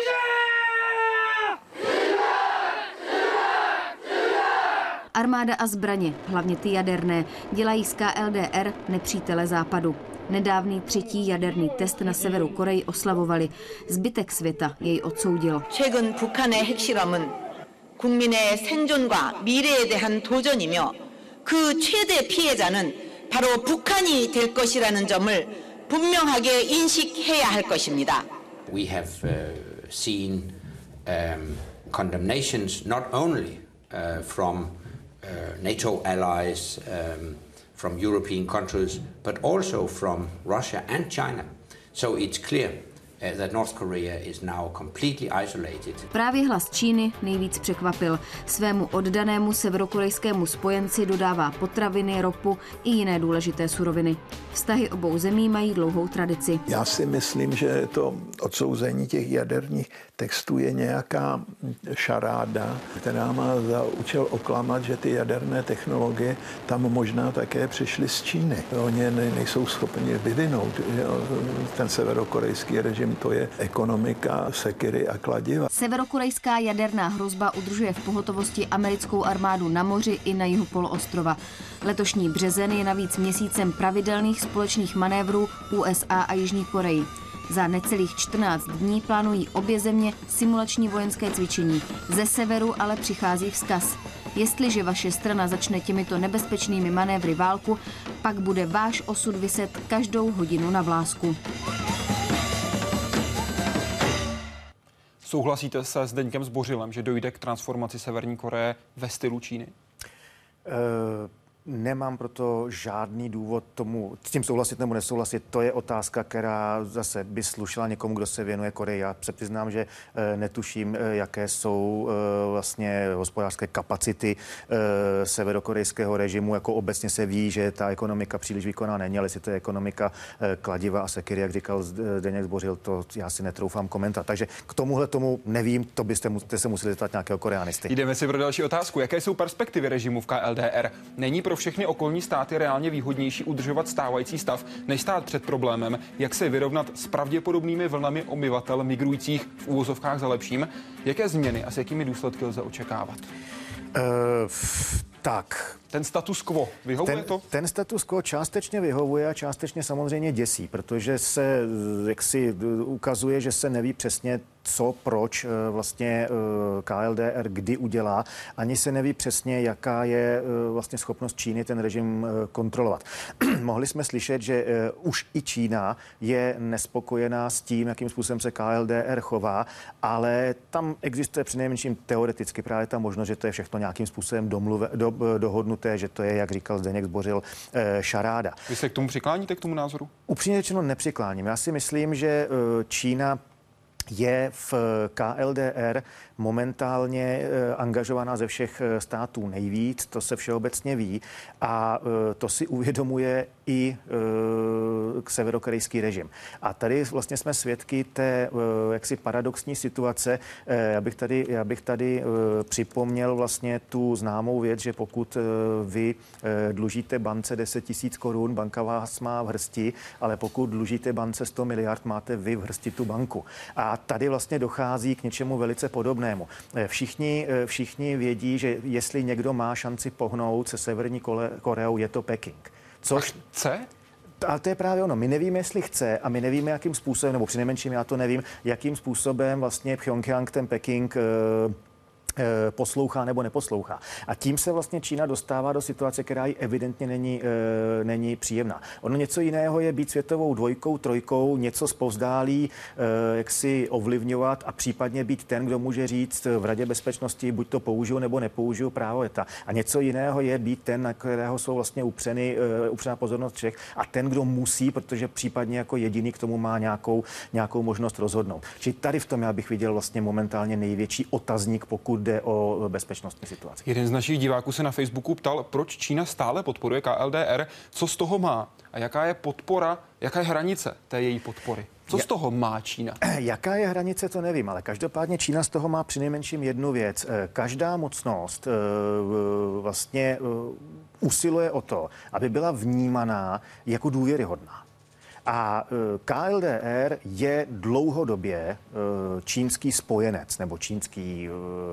Armáda a zbraně, hlavně ty jaderné, dělají z KLDR nepřítele západu. Nedávný třetí jaderný test na severu Koreji oslavovali. Zbytek světa jej odsoudil. 최근 북한의 핵실험은 국민의 생존과 미래에 대한 도전이며 그 최대 피해자는 바로 북한이 될 것이라는 점을 분명하게 인식해야 할 것입니다. We have seen condemnations not only from NATO allies, from European countries, but also from Russia and China. So it's clear that North Korea is now completely isolated. Právě hlas Číny nejvíc překvapil. Svému oddanému severokorejskému spojenci dodává potraviny, ropu i jiné důležité suroviny. Vztahy obou zemí mají dlouhou tradici. Já si myslím, že to odsouzení těch jaderných textů je nějaká šaráda, která má za účel oklamat, že ty jaderné technologie tam možná také přišly z Číny. Oni nejsou schopni vyvinout ten severokorejský režim režim, to je ekonomika sekyry a kladiva. Severokorejská jaderná hrozba udržuje v pohotovosti americkou armádu na moři i na jihu poloostrova. Letošní březen je navíc měsícem pravidelných společných manévrů USA a Jižní Koreji. Za necelých 14 dní plánují obě země simulační vojenské cvičení. Ze severu ale přichází vzkaz. Jestliže vaše strana začne těmito nebezpečnými manévry válku, pak bude váš osud viset každou hodinu na vlásku. Souhlasíte se s Zdeňkem Zbořilem, že dojde k transformaci Severní Koreje ve stylu Číny? Nemám proto žádný důvod s tím souhlasit nebo nesouhlasit. To je otázka, která zase by slušela někomu, kdo se věnuje Koreji. Já se přiznám, že netuším, jaké jsou vlastně hospodářské kapacity severokorejského režimu. Jako obecně se ví, že ta ekonomika příliš výkonná není, ale jestli to je ekonomika kladiva a sekyry, jak říkal Zdeněk Zbořil, to já si netroufám komentovat. Takže k tomuhle tomu nevím, to byste se museli zeptat nějakého koreanisty. Jdeme si pro další otázku. Jaké jsou perspektivy režimu v KLDR? Není pro všechny okolní státy reálně výhodnější udržovat stávající stav, než stát před problémem, jak se vyrovnat s pravděpodobnými vlnami obyvatel migrujících v úvozovkách za lepším? Jaké změny a s jakými důsledky lze očekávat? Tak. Ten status quo, vyhovuje to? Ten status quo částečně vyhovuje a částečně samozřejmě děsí, protože se jaksi ukazuje, že se neví přesně, co, proč vlastně KLDR kdy udělá. Ani se neví přesně, jaká je vlastně schopnost Číny ten režim kontrolovat. Mohli jsme slyšet, že už i Čína je nespokojená s tím, jakým způsobem se KLDR chová, ale tam existuje přinejmenším teoreticky právě ta možnost, že to je všechno nějakým způsobem dohodnuté, že to je, jak říkal Zdeněk Zbořil, šaráda. Vy se k tomu přikláníte, k tomu názoru? Upřímně řečeno nepřikláním. Já si myslím, že Čína je v KLDR momentálně angažovaná ze všech států nejvíc, to se všeobecně ví a to si uvědomuje i severokorejský režim. A tady vlastně jsme svědky té jaksi paradoxní situace. Já bych tady připomněl vlastně tu známou věc, že pokud vy dlužíte bance 10 000 korun, banka vás má v hrsti, ale pokud dlužíte bance 100 miliard, máte vy v hrsti tu banku. A tady vlastně dochází k něčemu velice podobnému. Všichni vědí, že jestli někdo má šanci pohnout se Severní Koreou, je to Peking. Což chce? Ale to je právě ono. My nevíme, jestli chce a my nevíme, jakým způsobem, nebo přinejmenším já to nevím, jakým způsobem vlastně Pchjongjang ten Peking poslouchá nebo neposlouchá. A tím se vlastně Čína dostává do situace, která jí evidentně není příjemná. Ono něco jiného je být světovou dvojkou, trojkou, něco zpovzdálí, jak si ovlivňovat a případně být ten, kdo může říct v Radě bezpečnosti, buď to použiju nebo nepoužiju právo veta. A něco jiného je být ten, na kterého jsou vlastně upřená pozornost všech a ten, kdo musí, protože případně jako jediný k tomu má nějakou možnost rozhodnout. Čili tady v tom já bych viděl vlastně momentálně největší otazník, pokud jde o bezpečnostní situaci. Jeden z našich diváků se na Facebooku ptal, proč Čína stále podporuje KLDR, co z toho má a jaká je hranice té její podpory. Co z toho má Čína? Jaká je hranice, to nevím, ale každopádně Čína z toho má přinejmenším jednu věc. Každá mocnost vlastně usiluje o to, aby byla vnímaná jako důvěryhodná. A KLDR je dlouhodobě čínský spojenec nebo čínský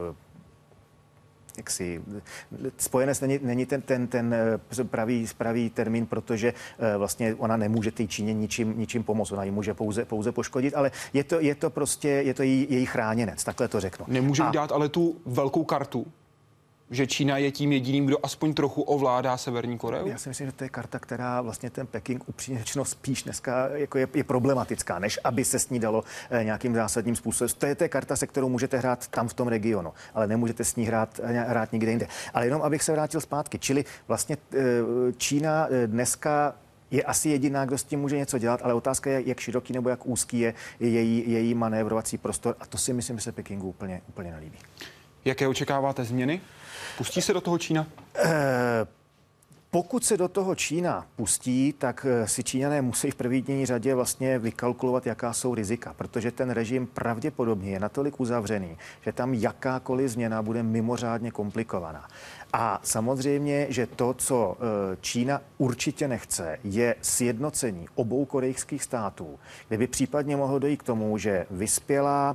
spojenec není ten pravý termín, protože vlastně ona nemůže té Číně ničím pomoct, ona ji může pouze poškodit, ale je to její chráněnec, takhle to řeknu. Nemůže dát ale tu velkou kartu, že Čína je tím jediným, kdo aspoň trochu ovládá Severní Koreu? Já si myslím, že to je karta, která vlastně ten Peking upřímně řečeno spíš dneska jako je problematická, než aby se s ní dalo nějakým zásadním způsobem. To je karta, se kterou můžete hrát tam v tom regionu, ale nemůžete s ní hrát nikde jinde. Ale jenom abych se vrátil zpátky, čili vlastně Čína dneska je asi jediná, kdo s tím může něco dělat, ale otázka je, jak široký nebo jak úzký je její manévrovací prostor a to si myslím, že se Pekingu úplně nelíbí. Jaké očekáváte změny? Pustí se do toho Čína? Pokud se do toho Čína pustí, tak si Číňané musí v první řadě vlastně vykalkulovat, jaká jsou rizika, protože ten režim pravděpodobně je natolik uzavřený, že tam jakákoliv změna bude mimořádně komplikovaná. A samozřejmě, že to, co Čína určitě nechce, je sjednocení obou korejských států, kde by případně mohlo dojít k tomu, že vyspělá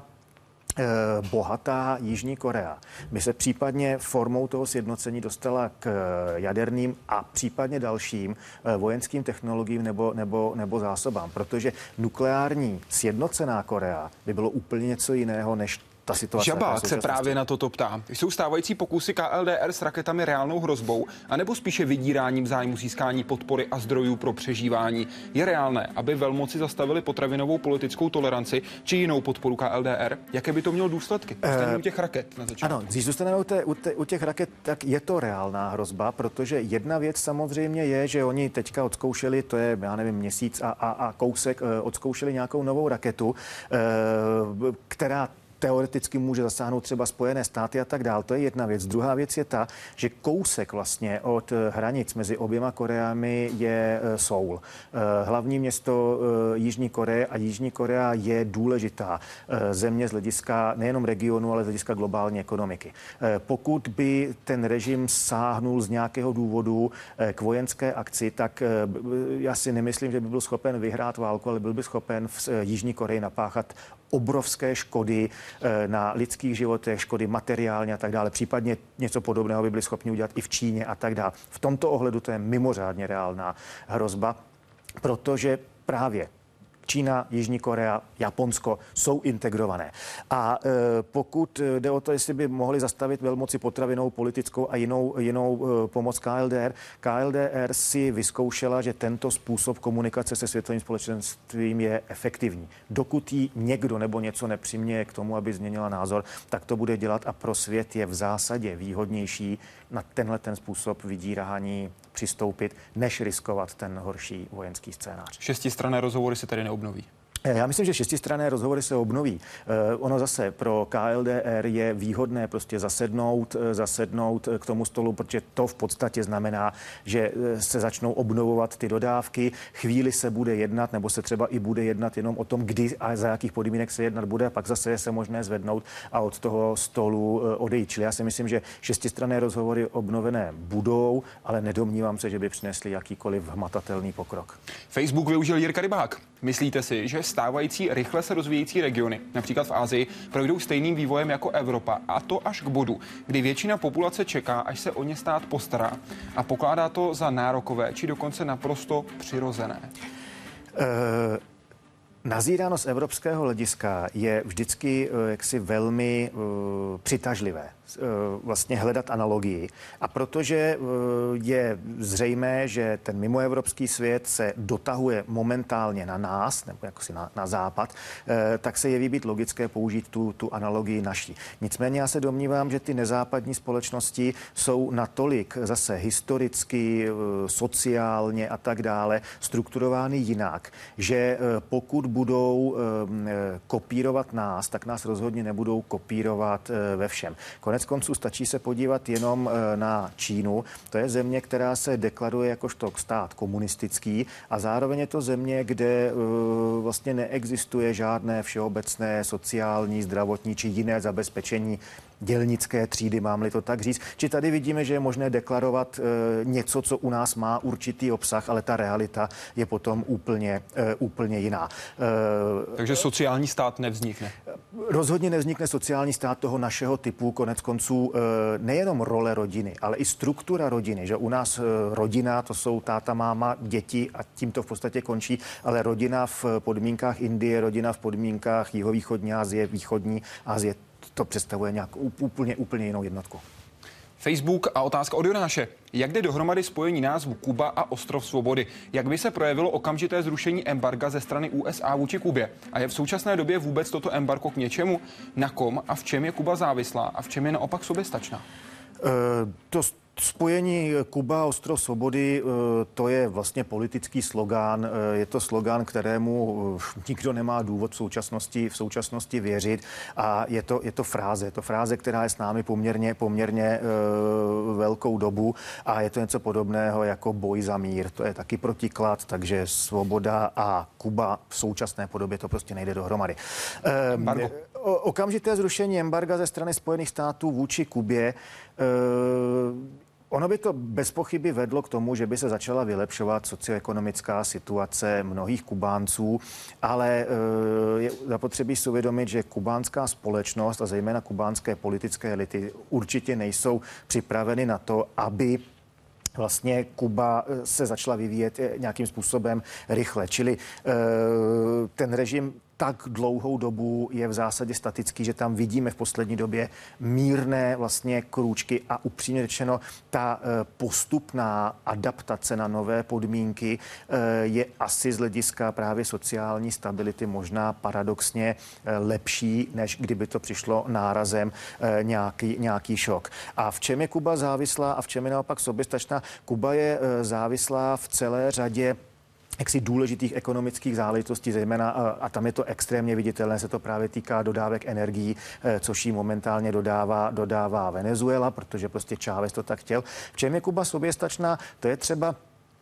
bohatá Jižní Korea by se případně formou toho sjednocení dostala k jaderným a případně dalším vojenským technologiím nebo zásobám, protože nukleární sjednocená Korea by bylo úplně něco jiného než ta situace. Žabák se právě na toto ptá. Jsou stávající pokusy KLDR s raketami reálnou hrozbou, anebo spíše vydíráním zájmu získání podpory a zdrojů pro přežívání? Je reálné, aby velmoci zastavili potravinovou politickou toleranci či jinou podporu KLDR? Jaké by to mělo důsledky? U těch raket na začátku. Ano, když zůstaneme u těch raket, tak je to reálná hrozba, protože jedna věc samozřejmě je, že oni teďka odzkoušeli, to je, já nevím, měsíc a kousek, odzkoušeli nějakou novou raketu, která teoreticky může zasáhnout třeba Spojené státy a tak dál. To je jedna věc. Druhá věc je ta, že kousek vlastně od hranic mezi oběma Koreami je Soul. Hlavní město Jižní Koreje a Jižní Korea je důležitá země z hlediska nejenom regionu, ale z hlediska globální ekonomiky. Pokud by ten režim sáhnul z nějakého důvodu k vojenské akci, tak já si nemyslím, že by byl schopen vyhrát válku, ale byl by schopen v Jižní Koreji napáchat obrovské škody na lidských životech, škody materiálně a tak dále. Případně něco podobného by byli schopni udělat i v Číně a tak dále. V tomto ohledu to je mimořádně reálná hrozba, protože právě Čína, Jižní Korea, Japonsko jsou integrované. A pokud jde o to, jestli by mohli zastavit velmoci potravinou, politickou a jinou pomoc KLDR si vyzkoušela, že tento způsob komunikace se světovým společenstvím je efektivní. Dokud jí někdo nebo něco nepřiměje k tomu, aby změnila názor, tak to bude dělat a pro svět je v zásadě výhodnější na tenhle ten způsob vydírání přistoupit, než riskovat ten horší vojenský scénář. Šestistranné rozhovory se tedy neobnoví. Já myslím, že šestistranné rozhovory se obnoví. Ono zase pro KLDR je výhodné prostě zasednout k tomu stolu, protože to v podstatě znamená, že se začnou obnovovat ty dodávky. Chvíli se bude jednat, nebo se třeba i bude jednat jenom o tom, kdy a za jakých podmínek se jednat bude, a pak zase je se možné zvednout a od toho stolu odejít. Čili já si myslím, že šestistranné rozhovory obnovené budou, ale nedomnívám se, že by přinesli jakýkoliv hmatatelný pokrok. Facebook využil Jirka Rybák. Myslíte si, že stávající rychle se rozvíjející regiony, například v Asii, projdou stejným vývojem jako Evropa, a to až k bodu, kdy většina populace čeká, až se o ně stát postará a pokládá to za nárokové, či dokonce naprosto přirozené? Nazíráno z evropského hlediska je vždycky jaksi velmi přitažlivé vlastně hledat analogii. A protože je zřejmé, že ten mimoevropský svět se dotahuje momentálně na nás, nebo jakosi na západ, tak se jeví být logické použít tu analogii naší. Nicméně já se domnívám, že ty nezápadní společnosti jsou natolik zase historicky, sociálně a tak dále strukturovány jinak, že pokud budou kopírovat nás, tak nás rozhodně nebudou kopírovat ve všem. Konec konců stačí se podívat jenom na Čínu. To je země, která se deklaruje jakožto stát komunistický a zároveň je to země, kde vlastně neexistuje žádné všeobecné sociální, zdravotní či jiné zabezpečení dělnické třídy, mám-li to tak říct. Či tady vidíme, že je možné deklarovat něco, co u nás má určitý obsah, ale ta realita je potom úplně jiná. Takže sociální stát nevznikne? Rozhodně nevznikne sociální stát toho našeho typu, konec konců nejenom role rodiny, ale i struktura rodiny, že u nás rodina, to jsou táta, máma, děti a tím to v podstatě končí, ale rodina v podmínkách Indie, rodina v podmínkách jihovýchodní Asie, východní Asie, to představuje nějakou úplně jinou jednotku. Facebook a otázka od Jonáše. Jak jde dohromady spojení názvu Kuba a Ostrov svobody? Jak by se projevilo okamžité zrušení embarga ze strany USA vůči Kubě? A je v současné době vůbec toto embargo k něčemu? Na kom a v čem je Kuba závislá a v čem je naopak soběstačná? Spojení Kuba, ostrov svobody, to je vlastně politický slogán. Je to slogán, kterému nikdo nemá důvod v současnosti věřit. A je to fráze, která je s námi poměrně velkou dobu. A je to něco podobného jako boj za mír. To je taky protiklad, takže svoboda a Kuba v současné podobě to prostě nejde dohromady. Okamžité zrušení embarga ze strany Spojených států vůči Kubě, ono by to bez pochyby vedlo k tomu, že by se začala vylepšovat socioekonomická situace mnohých Kubánců, ale je zapotřebí si uvědomit, že kubánská společnost a zejména kubánské politické elity určitě nejsou připraveny na to, aby vlastně Kuba se začala vyvíjet nějakým způsobem rychle. Čili ten režim tak dlouhou dobu je v zásadě statický, že tam vidíme v poslední době mírné vlastně krůčky a upřímně řečeno ta postupná adaptace na nové podmínky je asi z hlediska právě sociální stability možná paradoxně lepší, než kdyby to přišlo nárazem nějaký šok. A v čem je Kuba závislá a v čem je naopak soběstačná? Kuba je závislá v celé řadě důležitých ekonomických záležitostí, zejména, a tam je to extrémně viditelné, se to právě týká dodávek energií, což jí momentálně dodává Venezuela, protože prostě Chávez to tak chtěl. V čem je Kuba soběstačná? To je třeba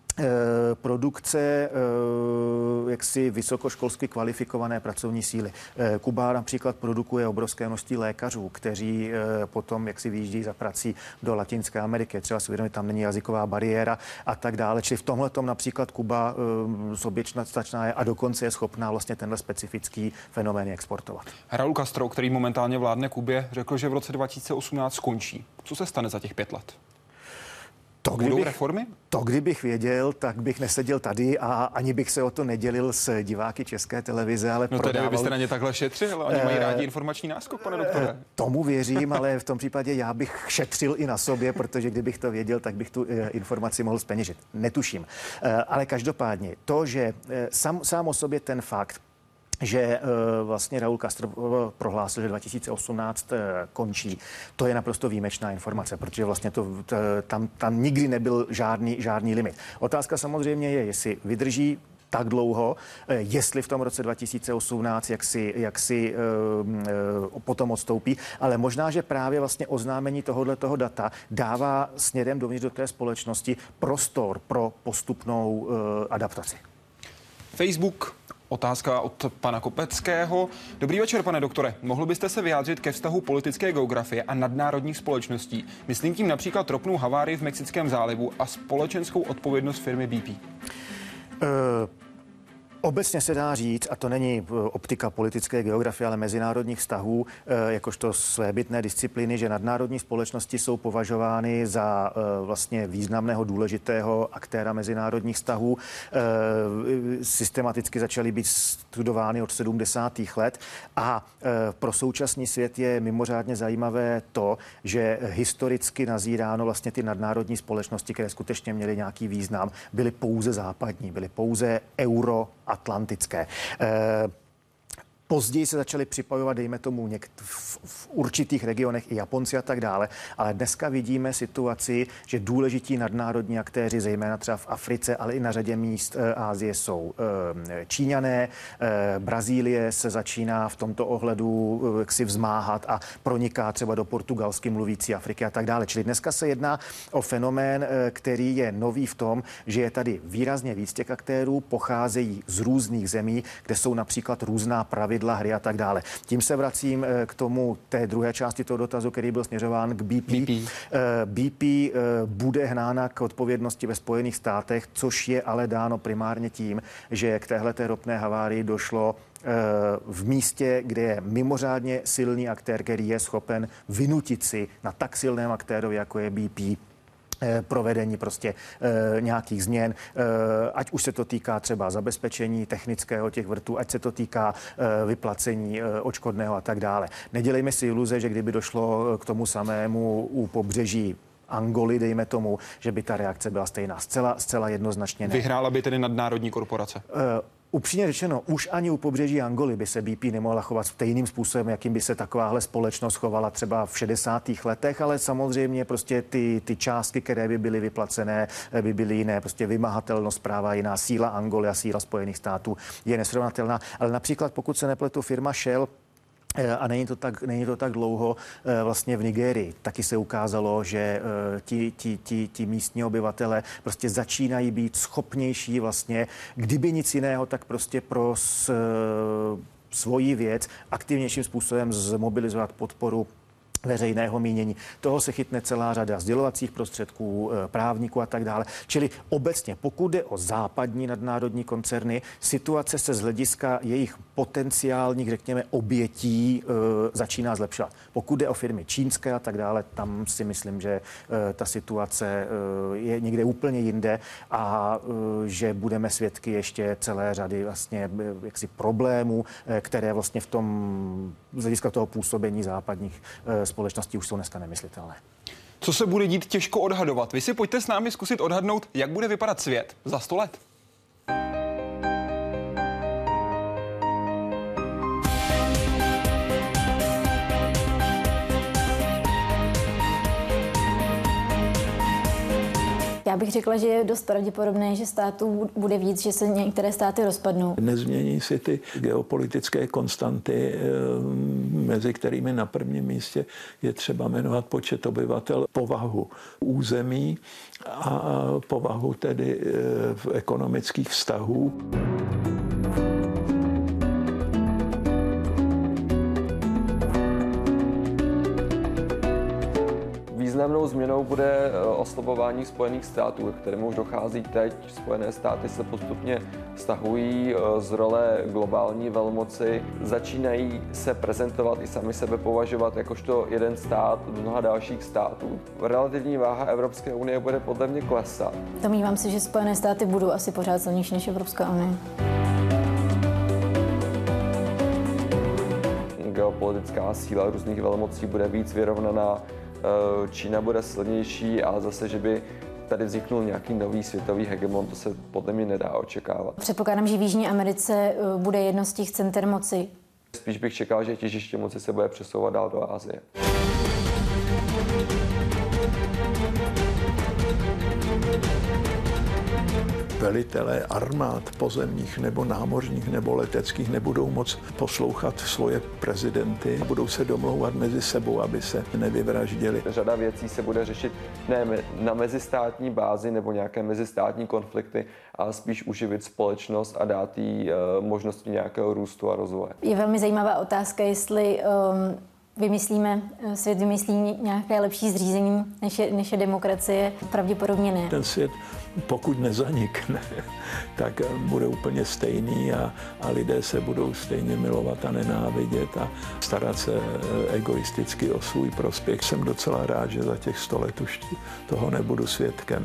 produkce jaksi vysokoškolsky kvalifikované pracovní síly. Kuba například produkuje obrovské množství lékařů, kteří potom jaksi vyjíždí za prací do Latinské Ameriky. Třeba si uvědomit, tam není jazyková bariéra a tak dále. Čili v tomhletom například Kuba soběstačná je a dokonce je schopná vlastně tenhle specifický fenomén exportovat. Raúl Castro, který momentálně vládne Kubě, řekl, že v roce 2018 skončí. Co se stane za těch 5 let? Budou reformy? To, kdybych věděl, tak bych neseděl tady a ani bych se o to nedělil s diváky České televize, ale No tedy byste na ně takhle šetřil, oni mají rádi informační náskok, pane doktore. Tomu věřím, ale v tom případě já bych šetřil i na sobě, protože kdybych to věděl, tak bych tu informaci mohl zpeněžit. Netuším. Ale každopádně to, že sám o sobě ten fakt, že vlastně Raúl Castro prohlásil, že 2018 končí. To je naprosto výjimečná informace, protože vlastně tam nikdy nebyl žádný limit. Otázka samozřejmě je, jestli vydrží tak dlouho, jestli v tom roce 2018 jak si potom odstoupí, ale možná, že právě vlastně oznámení tohoto data dává směrem dovnitř do té společnosti prostor pro postupnou adaptaci. Facebook. Otázka od pana Kopeckého. Dobrý večer, pane doktore. Mohl byste se vyjádřit ke vztahu politické geografie a nadnárodních společností? Myslím tím například ropnou havárii v Mexickém zálivu a společenskou odpovědnost firmy BP. Obecně se dá říct, a to není optika politické geografie, ale mezinárodních vztahů, jakožto svébytné disciplíny, že nadnárodní společnosti jsou považovány za vlastně významného, důležitého aktéra mezinárodních vztahů. Systematicky začaly být studovány od 70. let a pro současný svět je mimořádně zajímavé to, že historicky nazíráno vlastně ty nadnárodní společnosti, které skutečně měly nějaký význam, byly pouze západní, byly pouze euroatlantické. Později se začali připojovat, dejme tomu, v určitých regionech i Japonci a tak dále, ale dneska vidíme situaci, že důležití nadnárodní aktéři, zejména třeba v Africe, ale i na řadě míst Asie jsou Číňané. Brazílie se začíná v tomto ohledu jaksi vzmáhat a proniká třeba do portugalsky mluvící Afriky a tak dále. Čili dneska se jedná o fenomén, který je nový v tom, že je tady výrazně víc těch aktérů, pocházejí z různých zemí, kde jsou například různá pravidla hry a tak dále. Tím se vracím k tomu té druhé části toho dotazu, který byl směřován k BP. BP bude hnána k odpovědnosti ve Spojených státech, což je ale dáno primárně tím, že k téhleté ropné havárii došlo v místě, kde je mimořádně silný aktér, který je schopen vynutit si na tak silném aktérovi, jako je BP, provedení prostě nějakých změn, ať už se to týká třeba zabezpečení technického těch vrtů, ať se to týká vyplacení odškodného a tak dále. Nedělejme si iluze, že kdyby došlo k tomu samému u pobřeží Angoly, dejme tomu, že by ta reakce byla stejná. Zcela jednoznačně ne. Vyhrála by tedy nadnárodní korporace? Upřímně řečeno, už ani u pobřeží Angoly by se BP nemohla chovat stejným způsobem, jakým by se takováhle společnost chovala třeba v 60. letech, ale samozřejmě prostě ty částky, které by byly vyplacené, by byly jiné, prostě vymahatelnost práva, jiná síla Angoly a síla Spojených států je nesrovnatelná. Ale například, pokud se nepletu, firma Shell, a není to tak dlouho, vlastně v Nigérii taky se ukázalo, že ti místní obyvatele prostě začínají být schopnější vlastně, kdyby nic jiného, tak prostě pro svoji věc aktivnějším způsobem zmobilizovat podporu veřejného mínění. Toho se chytne celá řada sdělovacích prostředků, právníků a tak dále. Čili obecně, pokud jde o západní nadnárodní koncerny, situace se z hlediska jejich potenciálních, řekněme, obětí začíná zlepšovat. Pokud jde o firmy čínské a tak dále, tam si myslím, že ta situace je někde úplně jinde a že budeme svědky ještě celé řady vlastně jaksi problémů, které vlastně v tom z hlediska toho působení západních společností už jsou dneska nemyslitelné. Co se bude dít, těžko odhadovat. Vy si pojďte s námi zkusit odhadnout, jak bude vypadat svět za 100 let. Já bych řekla, že je dost pravděpodobné, že států bude víc, že se některé státy rozpadnou. Nezmění si ty geopolitické konstanty, mezi kterými na prvním místě je třeba jmenovat počet obyvatel, povahu území a povahu tedy ekonomických vztahů. Významnou změnou bude oslabování Spojených států, k kterému už dochází teď. Spojené státy se postupně stahují z role globální velmoci, začínají se prezentovat i sami sebe považovat jakožto jeden stát mnoha dalších států. Relativní váha Evropské unie bude podle mě klesat. Domnívám se, že Spojené státy budou asi pořád silnější než Evropská unie. Geopolitická síla různých velmocí bude víc vyrovnaná. Čína bude silnější a zase, že by tady vzniknul nějaký nový světový hegemon, to se podle mě nedá očekávat. Předpokládám, že v Jižní Americe bude jedno z těch center moci. Spíš bych čekal, že těžiště moci se bude přesouvat dál do Asie. Velitelé armád pozemních nebo námořních nebo leteckých nebudou moc poslouchat svoje prezidenty a budou se domlouvat mezi sebou, aby se nevyvraždili. Řada věcí se bude řešit ne na mezistátní bázi nebo nějaké mezistátní konflikty, ale spíš uživit společnost a dát jí možnosti nějakého růstu a rozvoje. Je velmi zajímavá otázka, jestli svět vymyslí nějaké lepší zřízení, než je demokracie. Pravděpodobně ne. Ten svět, pokud nezanikne, tak bude úplně stejný a lidé se budou stejně milovat a nenávidět a starat se egoisticky o svůj prospěch. Jsem docela rád, že za těch 100 let už toho nebudu svědkem.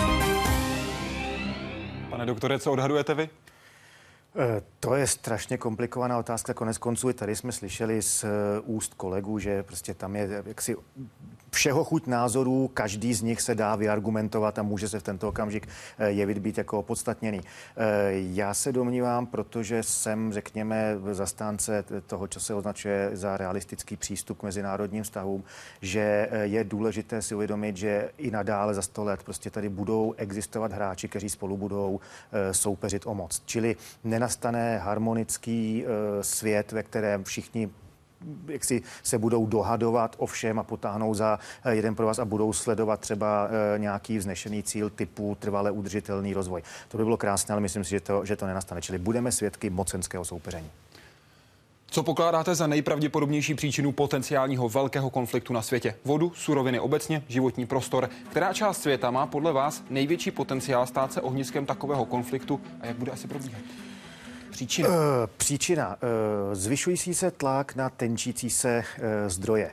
Pane doktore, co odhadujete vy? To je strašně komplikovaná otázka. Konec konců i tady jsme slyšeli z úst kolegů, že prostě tam je jaksi všeho chuť názorů, každý z nich se dá vyargumentovat a může se v tento okamžik jevit být jako opodstatněný. Já se domnívám, protože jsem, řekněme, zastánce toho, co se označuje za realistický přístup k mezinárodním vztahům, že je důležité si uvědomit, že i nadále za 100 let prostě tady budou existovat hráči, kteří spolu budou soupeřit o moc. Čili nenastane harmonický svět, ve kterém všichni jak si se budou dohadovat o všem a potáhnou za jeden pro vás a budou sledovat třeba nějaký vznešený cíl typu trvale udržitelný rozvoj. To by bylo krásné, ale myslím si, že to nenastane. Čili budeme svědky mocenského soupeření. Co pokládáte za nejpravděpodobnější příčinu potenciálního velkého konfliktu na světě? Vodu, suroviny obecně, životní prostor. Která část světa má podle vás největší potenciál stát se ohniskem takového konfliktu a jak bude asi probíhat? Příčina? Příčina. Zvyšující se tlak na tenčící se zdroje.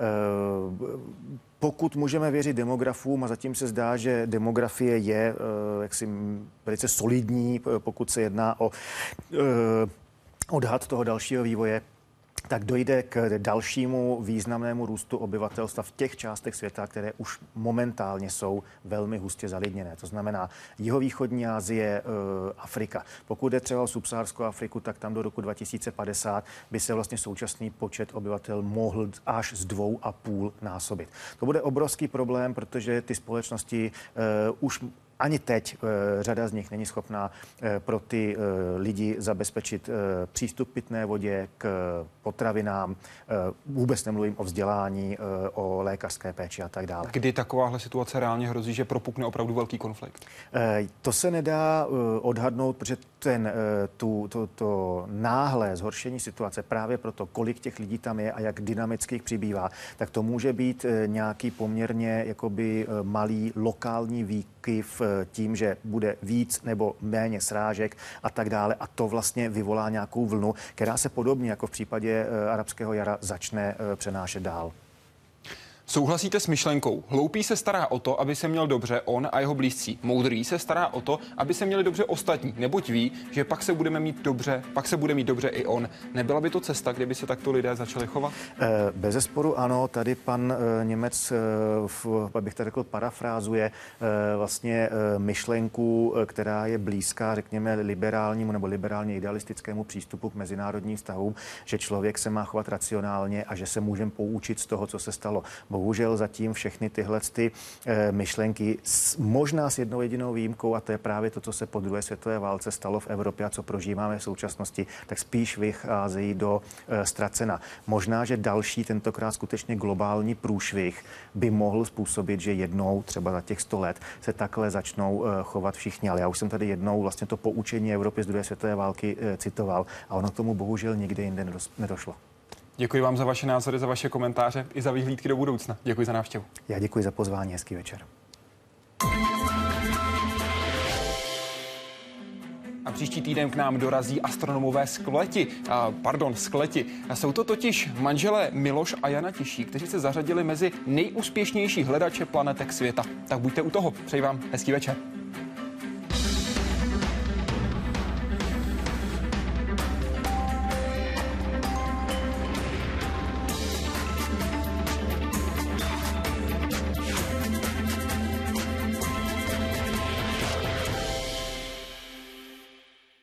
Pokud můžeme věřit demografům, a zatím se zdá, že demografie je jaksi velice solidní, pokud se jedná o odhad toho dalšího vývoje, tak dojde k dalšímu významnému růstu obyvatelstva v těch částech světa, které už momentálně jsou velmi hustě zalidněné. To znamená jihovýchodní Asie, Afrika. Pokud jde třeba o subsaharskou Afriku, tak tam do roku 2050 by se vlastně současný počet obyvatel mohl až z 2,5 násobit. To bude obrovský problém, protože ty společnosti už ani teď řada z nich není schopná pro ty lidi zabezpečit přístup k pitné vodě, k potravinám, vůbec nemluvím o vzdělání, o lékařské péči a tak dále. Kdy takováhle situace reálně hrozí, že propukne opravdu velký konflikt? To se nedá odhadnout, protože to náhlé zhoršení situace právě proto, kolik těch lidí tam je a jak dynamicky jich přibývá, tak to může být nějaký poměrně jakoby malý lokální výkyv tím, že bude víc nebo méně srážek a tak dále a to vlastně vyvolá nějakou vlnu, která se podobně jako v případě arabského jara začne přenášet dál. Souhlasíte s myšlenkou? Hloupý se stará o to, aby se měl dobře on a jeho blízcí. Moudrý se stará o to, aby se měli dobře ostatní, neboť ví, že pak se bude mít dobře i on. Nebyla by to cesta, kdyby se takto lidé začali chovat? Bezesporu ano, tady pan Němec, bych to řekl, parafrázuje vlastně myšlenku, která je blízká, řekněme, liberálnímu nebo liberálně idealistickému přístupu k mezinárodním vztahům, že člověk se má chovat racionálně a že se můžeme poučit z toho, co se stalo. Bohužel zatím všechny tyhle myšlenky, možná s jednou jedinou výjimkou, a to je právě to, co se po druhé světové válce stalo v Evropě a co prožíváme v současnosti, tak spíš vycházejí do ztracena. Možná, že další, tentokrát skutečně globální průšvih by mohl způsobit, že jednou, třeba za těch 100 let, se takhle začnou chovat všichni. Ale já už jsem tady jednou vlastně to poučení Evropy z druhé světové války citoval a ono k tomu bohužel nikde jinde nedošlo. Děkuji vám za vaše názory, za vaše komentáře i za vyhlídky do budoucna. Děkuji za návštěvu. Já děkuji za pozvání, hezký večer. A příští týden k nám dorazí astronomové skleti. Jsou to totiž manželé Miloš a Jana Tiší, kteří se zařadili mezi nejúspěšnější hledače planetek světa. Tak buďte u toho. Přeji vám hezký večer.